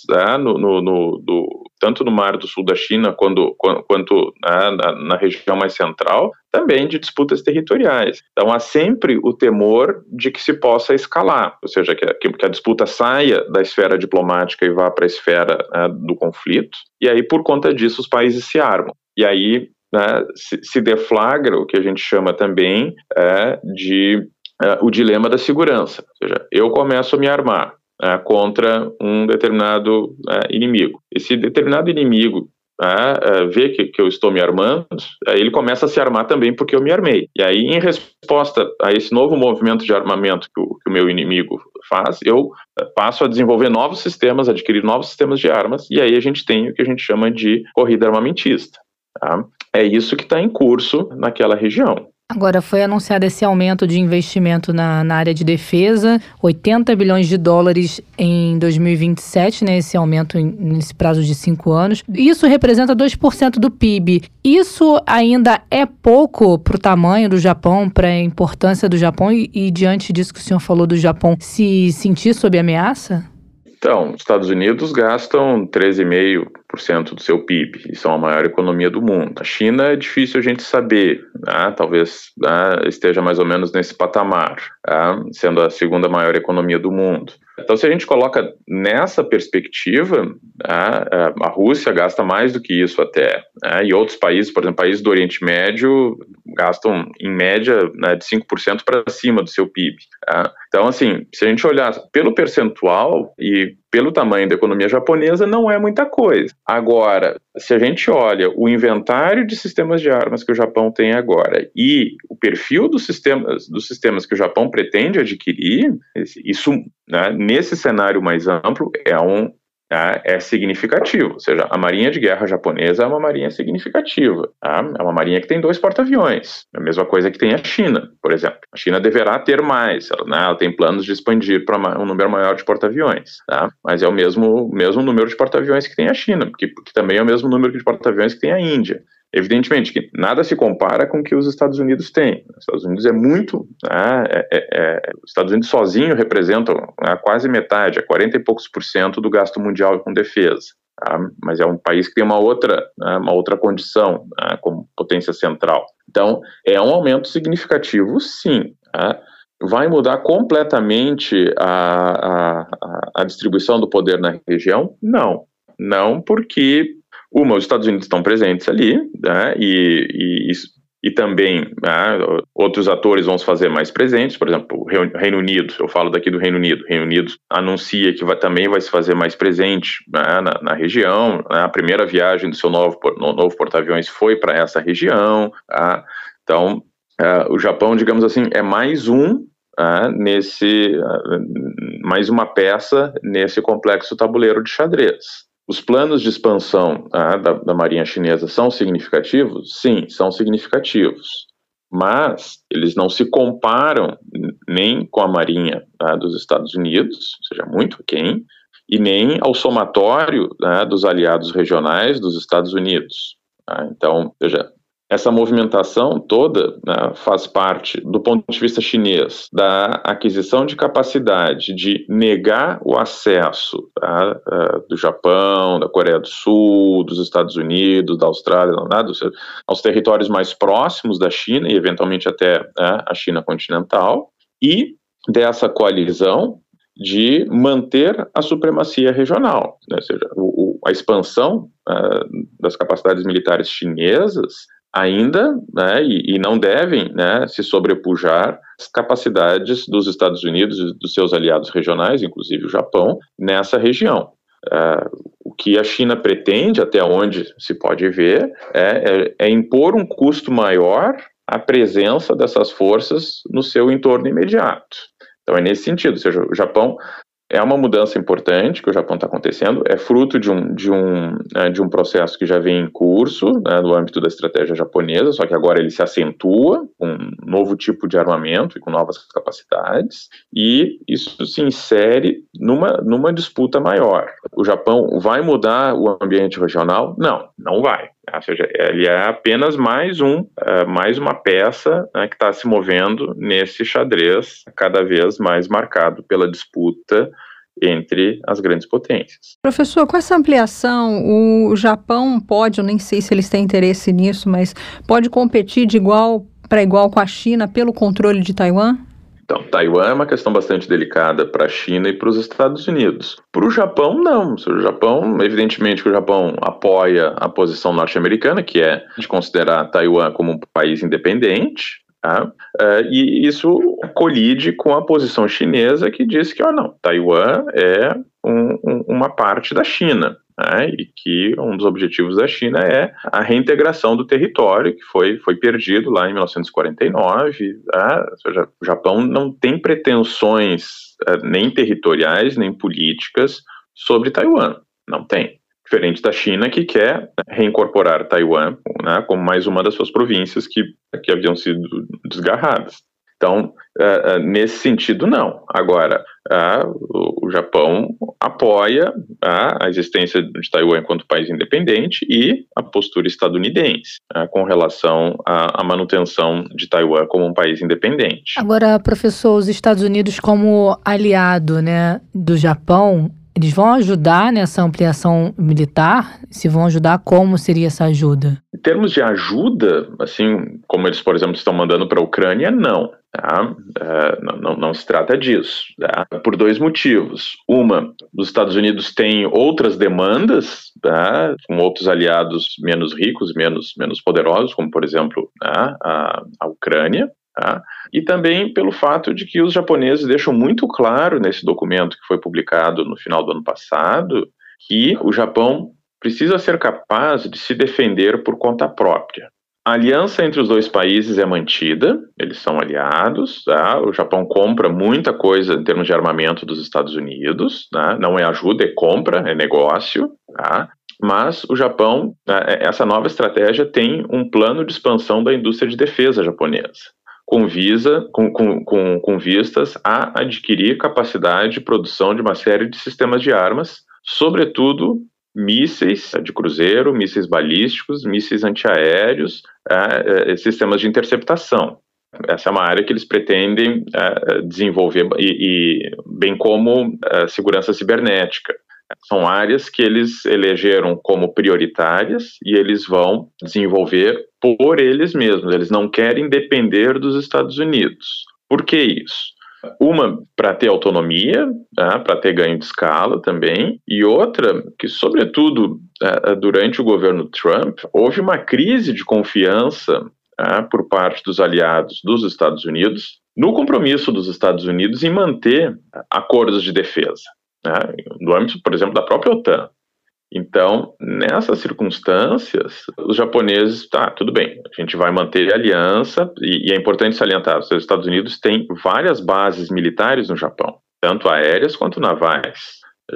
tanto no Mar do Sul da China quanto na região mais central, também de disputas territoriais. Então há sempre o temor de que se possa escalar, ou seja, que a disputa saia da esfera diplomática e vá para a esfera do conflito, e aí por conta disso os países se armam. E aí se deflagra o que a gente chama também de o dilema da segurança, ou seja, eu começo a me armar contra um determinado inimigo. Esse determinado inimigo vê que eu estou me armando, ele começa a se armar também porque eu me armei. E aí, em resposta a esse novo movimento de armamento que o meu inimigo faz, eu passo a desenvolver novos sistemas, adquirir novos sistemas de armas, e aí a gente tem o que a gente chama de corrida armamentista. É isso que está em curso naquela região. Agora, foi anunciado esse aumento de investimento na área de defesa, 80 bilhões de dólares em 2027, né, esse aumento nesse prazo de 5 anos. Isso representa 2% do PIB. Isso ainda é pouco para o tamanho do Japão, para a importância do Japão e diante disso que o senhor falou do Japão, se sentir sob ameaça? Então, os Estados Unidos gastam 13,5% do seu PIB e são a maior economia do mundo. A China é difícil a gente saber, talvez esteja mais ou menos nesse patamar, sendo a segunda maior economia do mundo. Então, se a gente coloca nessa perspectiva, a Rússia gasta mais do que isso até, e outros países, por exemplo, países do Oriente Médio, gastam em média de 5% para cima do seu PIB. Então, assim, se a gente olhar pelo percentual e pelo tamanho da economia japonesa, não é muita coisa. Agora, se a gente olha o inventário de sistemas de armas que o Japão tem agora e o perfil dos sistemas que o Japão pretende adquirir, isso, nesse cenário mais amplo, é significativo. Ou seja, a Marinha de Guerra japonesa é uma marinha significativa. É uma marinha que tem 2 porta-aviões. É a mesma coisa que tem a China, por exemplo. A China deverá ter mais. Ela tem planos de expandir para um número maior de porta-aviões. Mas é o mesmo número de porta-aviões que tem a China, porque também é o mesmo número de porta-aviões que tem a Índia. Evidentemente que nada se compara com o que os Estados Unidos têm. Os Estados Unidos é muito... os Estados Unidos sozinho representam quase metade, 40 e poucos % do gasto mundial com defesa. mas é um país que tem uma outra condição como potência central. Então, é um aumento significativo, sim. Vai mudar completamente a distribuição do poder na região? Não. Não, porque, os Estados Unidos estão presentes ali, e também outros atores vão se fazer mais presentes, por exemplo, o Reino Unido, eu falo daqui do Reino Unido. O Reino Unido anuncia que também vai se fazer mais presente na região. A primeira viagem do seu novo porta-aviões foi para essa região. Então, o Japão, digamos assim, é mais mais uma peça nesse complexo tabuleiro de xadrez. Os planos de expansão da Marinha Chinesa são significativos? Sim, são significativos. Mas eles não se comparam nem com a Marinha dos Estados Unidos, ou seja, muito aquém, e nem ao somatório dos aliados regionais dos Estados Unidos. Então, veja, essa movimentação toda faz parte, do ponto de vista chinês, da aquisição de capacidade de negar o acesso do Japão, da Coreia do Sul, dos Estados Unidos, da Austrália, aos territórios mais próximos da China e, eventualmente, até a China continental, e dessa coalizão de manter a supremacia regional, ou seja, a expansão das capacidades militares chinesas ainda, e não devem se sobrepujar as capacidades dos Estados Unidos e dos seus aliados regionais, inclusive o Japão, nessa região. O que a China pretende, até onde se pode ver, é impor um custo maior à presença dessas forças no seu entorno imediato. Então é nesse sentido, ou seja, o Japão é uma mudança importante que o Japão está acontecendo, é fruto de um processo que já vem em curso no âmbito da estratégia japonesa, só que agora ele se acentua com um novo tipo de armamento e com novas capacidades, e isso se insere numa disputa maior. O Japão vai mudar o ambiente regional? Não vai. Ou seja, ele é apenas mais uma peça que está se movendo nesse xadrez cada vez mais marcado pela disputa entre as grandes potências. Professor, com essa ampliação, o Japão pode, eu nem sei se eles têm interesse nisso, mas pode competir de igual para igual com a China pelo controle de Taiwan? Então, Taiwan é uma questão bastante delicada para a China e para os Estados Unidos. Para o Japão, não. O Japão, evidentemente que o Japão apoia a posição norte-americana, que é de considerar Taiwan como um país independente, e isso colide com a posição chinesa que diz que, Taiwan é uma parte da China. E que um dos objetivos da China é a reintegração do território que foi perdido lá em 1949. Ou seja, o Japão não tem pretensões nem territoriais, nem políticas sobre Taiwan. Não tem. Diferente da China, que quer reincorporar Taiwan como mais uma das suas províncias que haviam sido desgarradas. Então, nesse sentido, não. Agora, o Japão apoia a existência de Taiwan enquanto país independente e a postura estadunidense com relação à manutenção de Taiwan como um país independente. Agora, professor, os Estados Unidos como aliado, do Japão, eles vão ajudar nessa ampliação militar? Se vão ajudar, como seria essa ajuda? Em termos de ajuda, assim como eles, por exemplo, estão mandando para a Ucrânia, não. Não se trata disso, por dois motivos. Uma, os Estados Unidos têm outras demandas, com outros aliados menos ricos, menos poderosos, como, por exemplo, a Ucrânia. E também pelo fato de que os japoneses deixam muito claro nesse documento que foi publicado no final do ano passado que o Japão precisa ser capaz de se defender por conta própria. A aliança entre os dois países é mantida, eles são aliados, o Japão compra muita coisa em termos de armamento dos Estados Unidos, não é ajuda, é compra, é negócio, mas o Japão, essa nova estratégia tem um plano de expansão da indústria de defesa japonesa, com vistas a adquirir capacidade de produção de uma série de sistemas de armas, sobretudo mísseis de cruzeiro, mísseis balísticos, mísseis antiaéreos, sistemas de interceptação. Essa é uma área que eles pretendem desenvolver, bem como segurança cibernética. São áreas que eles elegeram como prioritárias e eles vão desenvolver por eles mesmos. Eles não querem depender dos Estados Unidos. Por que isso? Uma, para ter autonomia, para ter ganho de escala também, e outra, que sobretudo durante o governo Trump, houve uma crise de confiança por parte dos aliados dos Estados Unidos, no compromisso dos Estados Unidos em manter acordos de defesa, no âmbito, por exemplo, da própria OTAN. Então, nessas circunstâncias, os japoneses, tudo bem, a gente vai manter a aliança, e é importante salientar, os Estados Unidos têm várias bases militares no Japão, tanto aéreas quanto navais.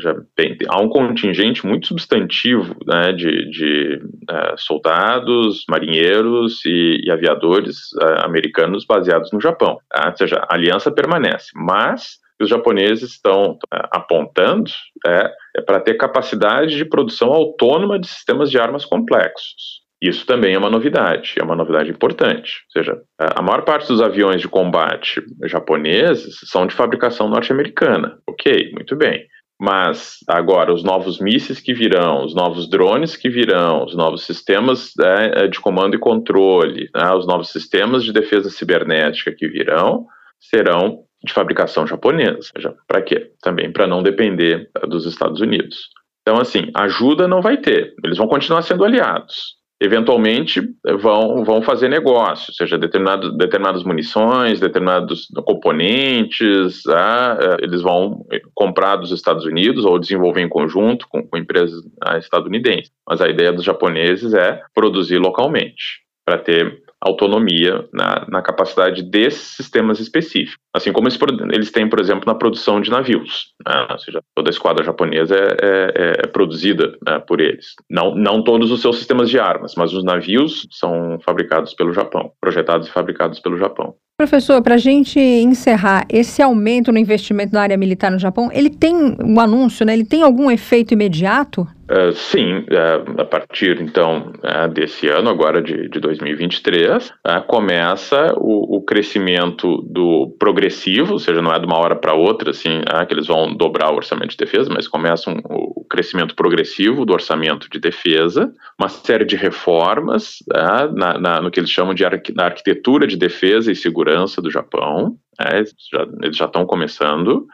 Há um contingente muito substantivo, né, de soldados, marinheiros e aviadores americanos baseados no Japão. Ou seja, a aliança permanece, mas os japoneses estão apontando para ter capacidade de produção autônoma de sistemas de armas complexos. Isso também é uma novidade importante. Ou seja, a maior parte dos aviões de combate japoneses são de fabricação norte-americana. Ok, muito bem. Mas agora os novos mísseis que virão, os novos drones que virão, os novos sistemas de comando e controle, os novos sistemas de defesa cibernética que virão, serão de fabricação japonesa. Para quê? Também para não depender dos Estados Unidos. Então, assim, ajuda não vai ter. Eles vão continuar sendo aliados. Eventualmente, vão fazer negócio, ou seja, determinadas munições, determinados componentes, eles vão comprar dos Estados Unidos ou desenvolver em conjunto com empresas estadunidenses. Mas a ideia dos japoneses é produzir localmente, para ter autonomia na capacidade desses sistemas específicos. Assim como eles têm, por exemplo, na produção de navios. Ou seja, toda a esquadra japonesa é produzida por eles. Não todos os seus sistemas de armas, mas os navios são fabricados pelo Japão, projetados e fabricados pelo Japão. Professor, para a gente encerrar, esse aumento no investimento na área militar no Japão, ele tem um anúncio, né? Ele tem algum efeito imediato? Sim, a partir então desse ano, agora de 2023, começa o crescimento do progressivo, ou seja, não é de uma hora para outra, assim, que eles vão dobrar o orçamento de defesa, mas começa o crescimento progressivo do orçamento de defesa, uma série de reformas no que eles chamam de na arquitetura de defesa e segurança do Japão, eles já estão começando,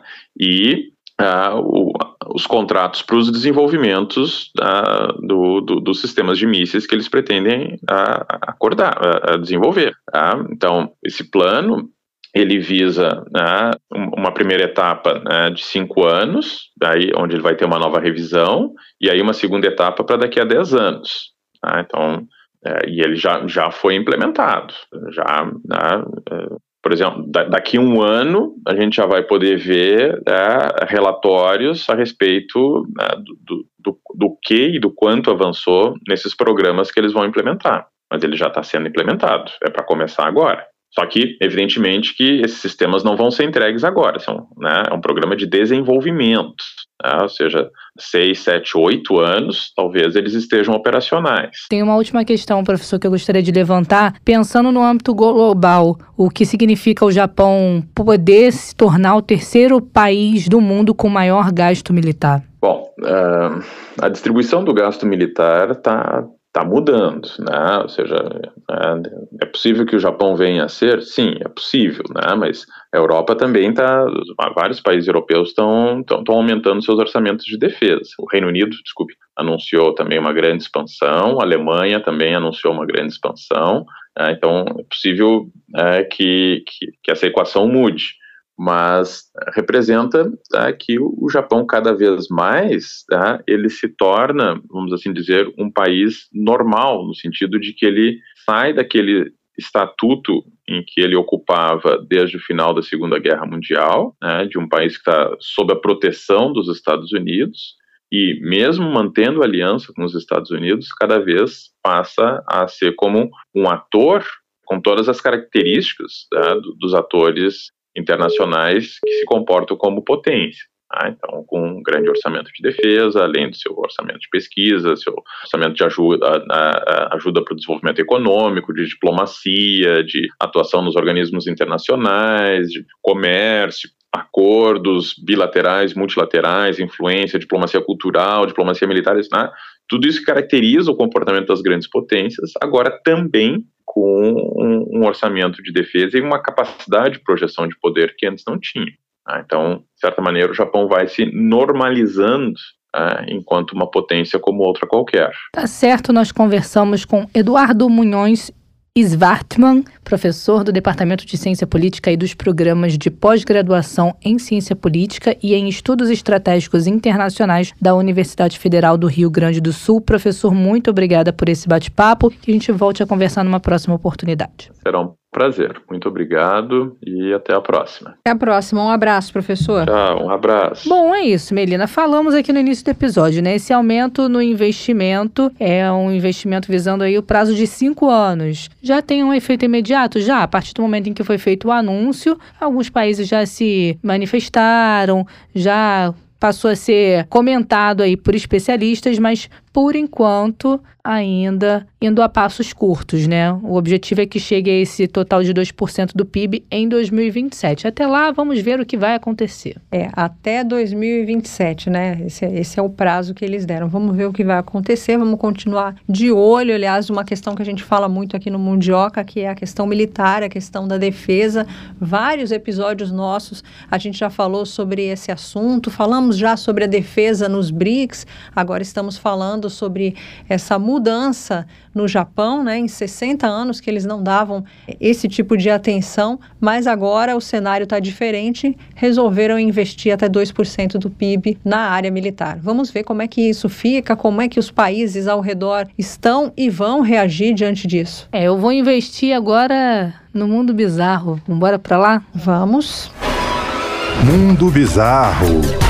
e os contratos para os desenvolvimentos dos sistemas de mísseis que eles pretendem desenvolver. Então, esse plano, ele visa uma primeira etapa de 5 anos, onde ele vai ter uma nova revisão, e aí uma segunda etapa para daqui a 10 anos. Então, e ele já foi implementado, por exemplo, daqui a 1 ano, a gente já vai poder ver relatórios a respeito do que e do quanto avançou nesses programas que eles vão implementar. Mas ele já está sendo implementado, é para começar agora. Só que, evidentemente, que esses sistemas não vão ser entregues agora, é um programa de desenvolvimento, ou seja, 6, 7, 8 anos, talvez eles estejam operacionais. Tem uma última questão, professor, que eu gostaria de levantar. Pensando no âmbito global, o que significa o Japão poder se tornar o terceiro país do mundo com maior gasto militar? Bom, a distribuição do gasto militar está mudando, ou seja, é possível que o Japão venha a ser? Sim, é possível, mas a Europa também vários países europeus estão aumentando seus orçamentos de defesa. O Reino Unido, anunciou também uma grande expansão, a Alemanha também anunciou uma grande expansão, então é possível que essa equação mude. Mas representa que o Japão cada vez mais ele se torna, vamos assim dizer, um país normal, no sentido de que ele sai daquele estatuto em que ele ocupava desde o final da Segunda Guerra Mundial, de um país que está sob a proteção dos Estados Unidos, e mesmo mantendo aliança com os Estados Unidos, cada vez passa a ser como um ator com todas as características dos atores internacionais que se comportam como potência. Então, com um grande orçamento de defesa, além do seu orçamento de pesquisa, seu orçamento de ajuda para o desenvolvimento econômico, de diplomacia, de atuação nos organismos internacionais, de comércio. acordos bilaterais, multilaterais, influência, diplomacia cultural, diplomacia militar, né? Tudo isso caracteriza o comportamento das grandes potências, agora também com um orçamento de defesa e uma capacidade de projeção de poder que antes não tinha. Então, de certa maneira, o Japão vai se normalizando enquanto uma potência como outra qualquer. Tá certo, nós conversamos com Eduardo Munhoz Svartman, professor do Departamento de Ciência Política e dos Programas de Pós-Graduação em Ciência Política e em Estudos Estratégicos Internacionais da Universidade Federal do Rio Grande do Sul. Professor, muito obrigada por esse bate-papo, que a gente volte a conversar numa próxima oportunidade. Será um prazer. Muito obrigado e até a próxima. Até a próxima. Um abraço, professor. Tchau, um abraço. Bom, é isso, Melina. Falamos aqui no início do episódio, né? Esse aumento no investimento é um investimento visando aí o prazo de 5 anos. Já tem um efeito imediato? Já. A partir do momento em que foi feito o anúncio, alguns países já se manifestaram, já passou a ser comentado aí por especialistas, mas por enquanto ainda indo a passos curtos, né? O objetivo é que chegue a esse total de 2% do PIB em 2027. Até lá, vamos ver o que vai acontecer. Até 2027, né? Esse é o prazo que eles deram. Vamos ver o que vai acontecer, vamos continuar de olho. Aliás, uma questão que a gente fala muito aqui no Mundioca, que é a questão militar, a questão da defesa. Vários episódios nossos, a gente já falou sobre esse assunto, falamos já sobre a defesa nos BRICS, agora estamos falando sobre essa mudança no Japão, né, em 60 anos que eles não davam esse tipo de atenção, mas agora o cenário está diferente, resolveram investir até 2% do PIB na área militar. Vamos ver como é que isso fica, como é que os países ao redor estão e vão reagir diante disso. Eu vou investir agora no mundo bizarro. Vamos embora para lá? Vamos. Mundo Bizarro.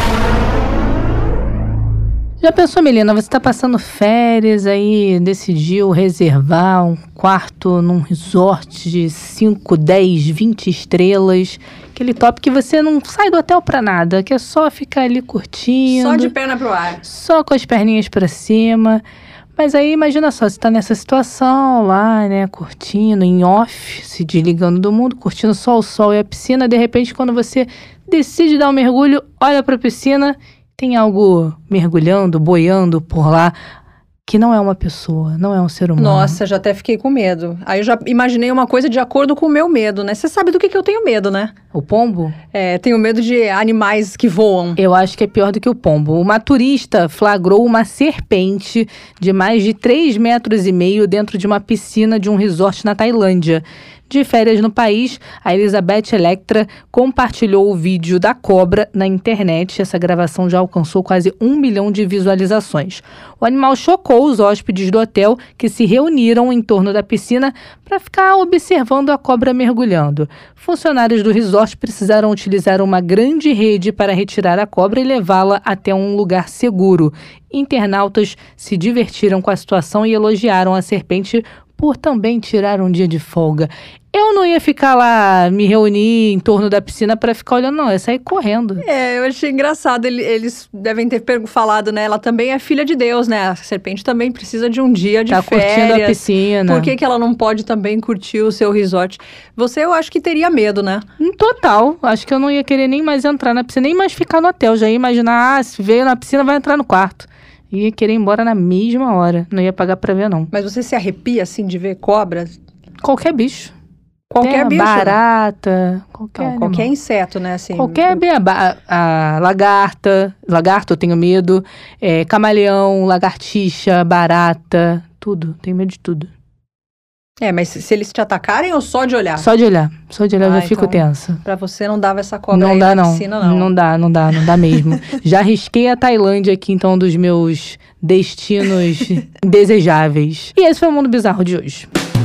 Já pensou, Melina, você está passando férias aí, decidiu reservar um quarto num resort de 5, 10, 20 estrelas, aquele top que você não sai do hotel pra nada, que é só ficar ali curtindo. Só de perna pro ar. Só com as perninhas pra cima. Mas aí, imagina só, você tá nessa situação lá, né, curtindo, em off, se desligando do mundo, curtindo só o sol e a piscina, de repente, quando você decide dar um mergulho, olha pra piscina, tem algo mergulhando, boiando por lá, que não é uma pessoa, não é um ser humano. Nossa, já até fiquei com medo. Aí eu já imaginei uma coisa de acordo com o meu medo, né? Você sabe do que eu tenho medo, né? O pombo? Tenho medo de animais que voam. Eu acho que é pior do que o pombo. Uma turista flagrou uma serpente de mais de 3,5 metros dentro de uma piscina de um resort na Tailândia. De férias no país, a Elizabeth Electra compartilhou o vídeo da cobra na internet. Essa gravação já alcançou quase 1 milhão de visualizações. O animal chocou os hóspedes do hotel que se reuniram em torno da piscina para ficar observando a cobra mergulhando. Funcionários do resort precisaram utilizar uma grande rede para retirar a cobra e levá-la até um lugar seguro. Internautas se divertiram com a situação e elogiaram a serpente por também tirar um dia de folga. Eu não ia ficar lá, me reunir em torno da piscina para ficar olhando, não. Eu ia sair correndo. Eu achei engraçado. Eles devem ter falado, né? Ela também é filha de Deus, né? A serpente também precisa de um dia de férias. Tá curtindo a piscina. Por que ela não pode também curtir o seu resort? Você, eu acho que teria medo, né? Total. Acho que eu não ia querer nem mais entrar na piscina, nem mais ficar no hotel. Já ia imaginar, se veio na piscina, vai entrar no quarto. Ia querer ir embora na mesma hora. Não ia pagar pra ver, não. Mas você se arrepia, assim, de ver cobras? Qualquer bicho. Qualquer bicho? Barata, qualquer inseto, né? Assim, qualquer a lagarta. Lagarto eu tenho medo. Camaleão, lagartixa, barata. Tudo. Tenho medo de tudo. Mas se eles te atacarem ou só de olhar? Só de olhar. Só de olhar eu já fico tensa. Pra você não dava essa cobra aí na piscina, não? Não dá mesmo. Já arrisquei a Tailândia aqui, então, dos meus destinos desejáveis. E esse foi o Mundo Bizarro de hoje.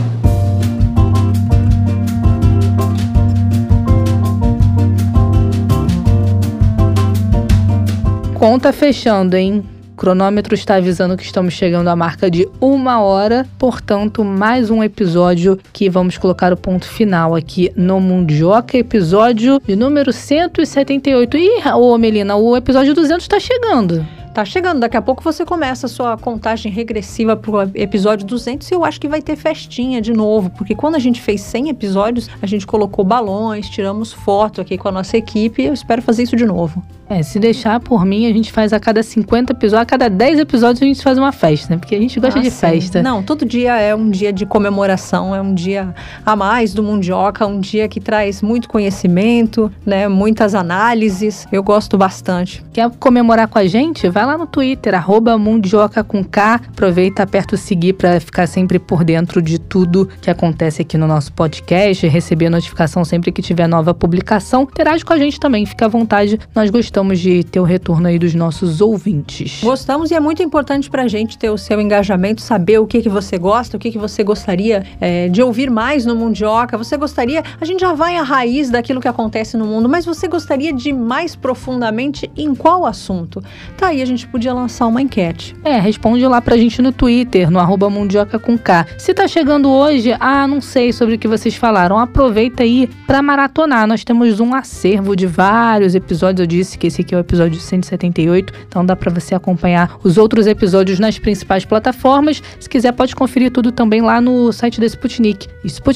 Conta fechando, hein? O cronômetro está avisando que estamos chegando à marca de 1 hora, portanto, mais um episódio que vamos colocar o ponto final aqui no Mundioca, episódio de número 178. Ih, Melina, o episódio 200 está chegando. Tá chegando, daqui a pouco você começa a sua contagem regressiva pro episódio 200 e eu acho que vai ter festinha de novo, porque quando a gente fez 100 episódios, a gente colocou balões, tiramos foto aqui com a nossa equipe e eu espero fazer isso de novo. Se deixar por mim, a gente faz a cada 50 episódios, a cada 10 episódios a gente faz uma festa, né? Porque a gente gosta de festa. Não, todo dia é um dia de comemoração, é um dia a mais do Mundioca, um dia que traz muito conhecimento, né? Muitas análises, eu gosto bastante. Quer comemorar com a gente? Vai lá no Twitter, @Mundioca com K, aproveita, aperta o seguir para ficar sempre por dentro de tudo que acontece aqui no nosso podcast, receber notificação sempre que tiver nova publicação. Interage com a gente também, fica à vontade, nós gostamos de ter o retorno aí dos nossos ouvintes. Gostamos e é muito importante pra gente ter o seu engajamento, saber o que você gosta, o que você gostaria de ouvir mais no Mundioca. Você gostaria, a gente já vai à raiz daquilo que acontece no mundo, mas você gostaria de ir mais profundamente em qual assunto? Tá aí, a gente podia lançar uma enquete. Responde lá pra gente no Twitter, no @Mundioca com K. Se tá chegando hoje, não sei sobre o que vocês falaram, aproveita aí pra maratonar. Nós temos um acervo de vários episódios, eu disse que esse aqui é o episódio 178, então dá pra você acompanhar os outros episódios nas principais plataformas. Se quiser, pode conferir tudo também lá no site da Sputnik,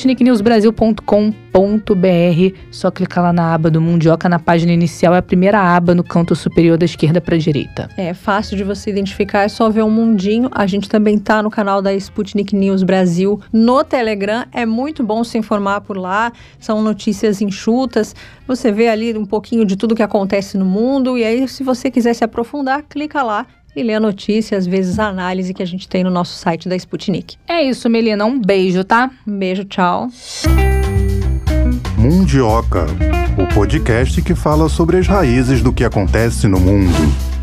sputniknewsbrasil.com.br. Só clicar lá na aba do Mundioca, na página inicial, é a primeira aba no canto superior da esquerda pra direita. É fácil de você identificar, é só ver um mundinho. A gente também tá no canal da Sputnik News Brasil no Telegram, é muito bom se informar por lá, são notícias enxutas, você vê ali um pouquinho de tudo que acontece no mundo, e aí se você quiser se aprofundar, clica lá e lê a notícia, às vezes a análise que a gente tem no nosso site da Sputnik. É isso, Melina, um beijo, tá? Um beijo, tchau. Mundioca, o podcast que fala sobre as raízes do que acontece no mundo.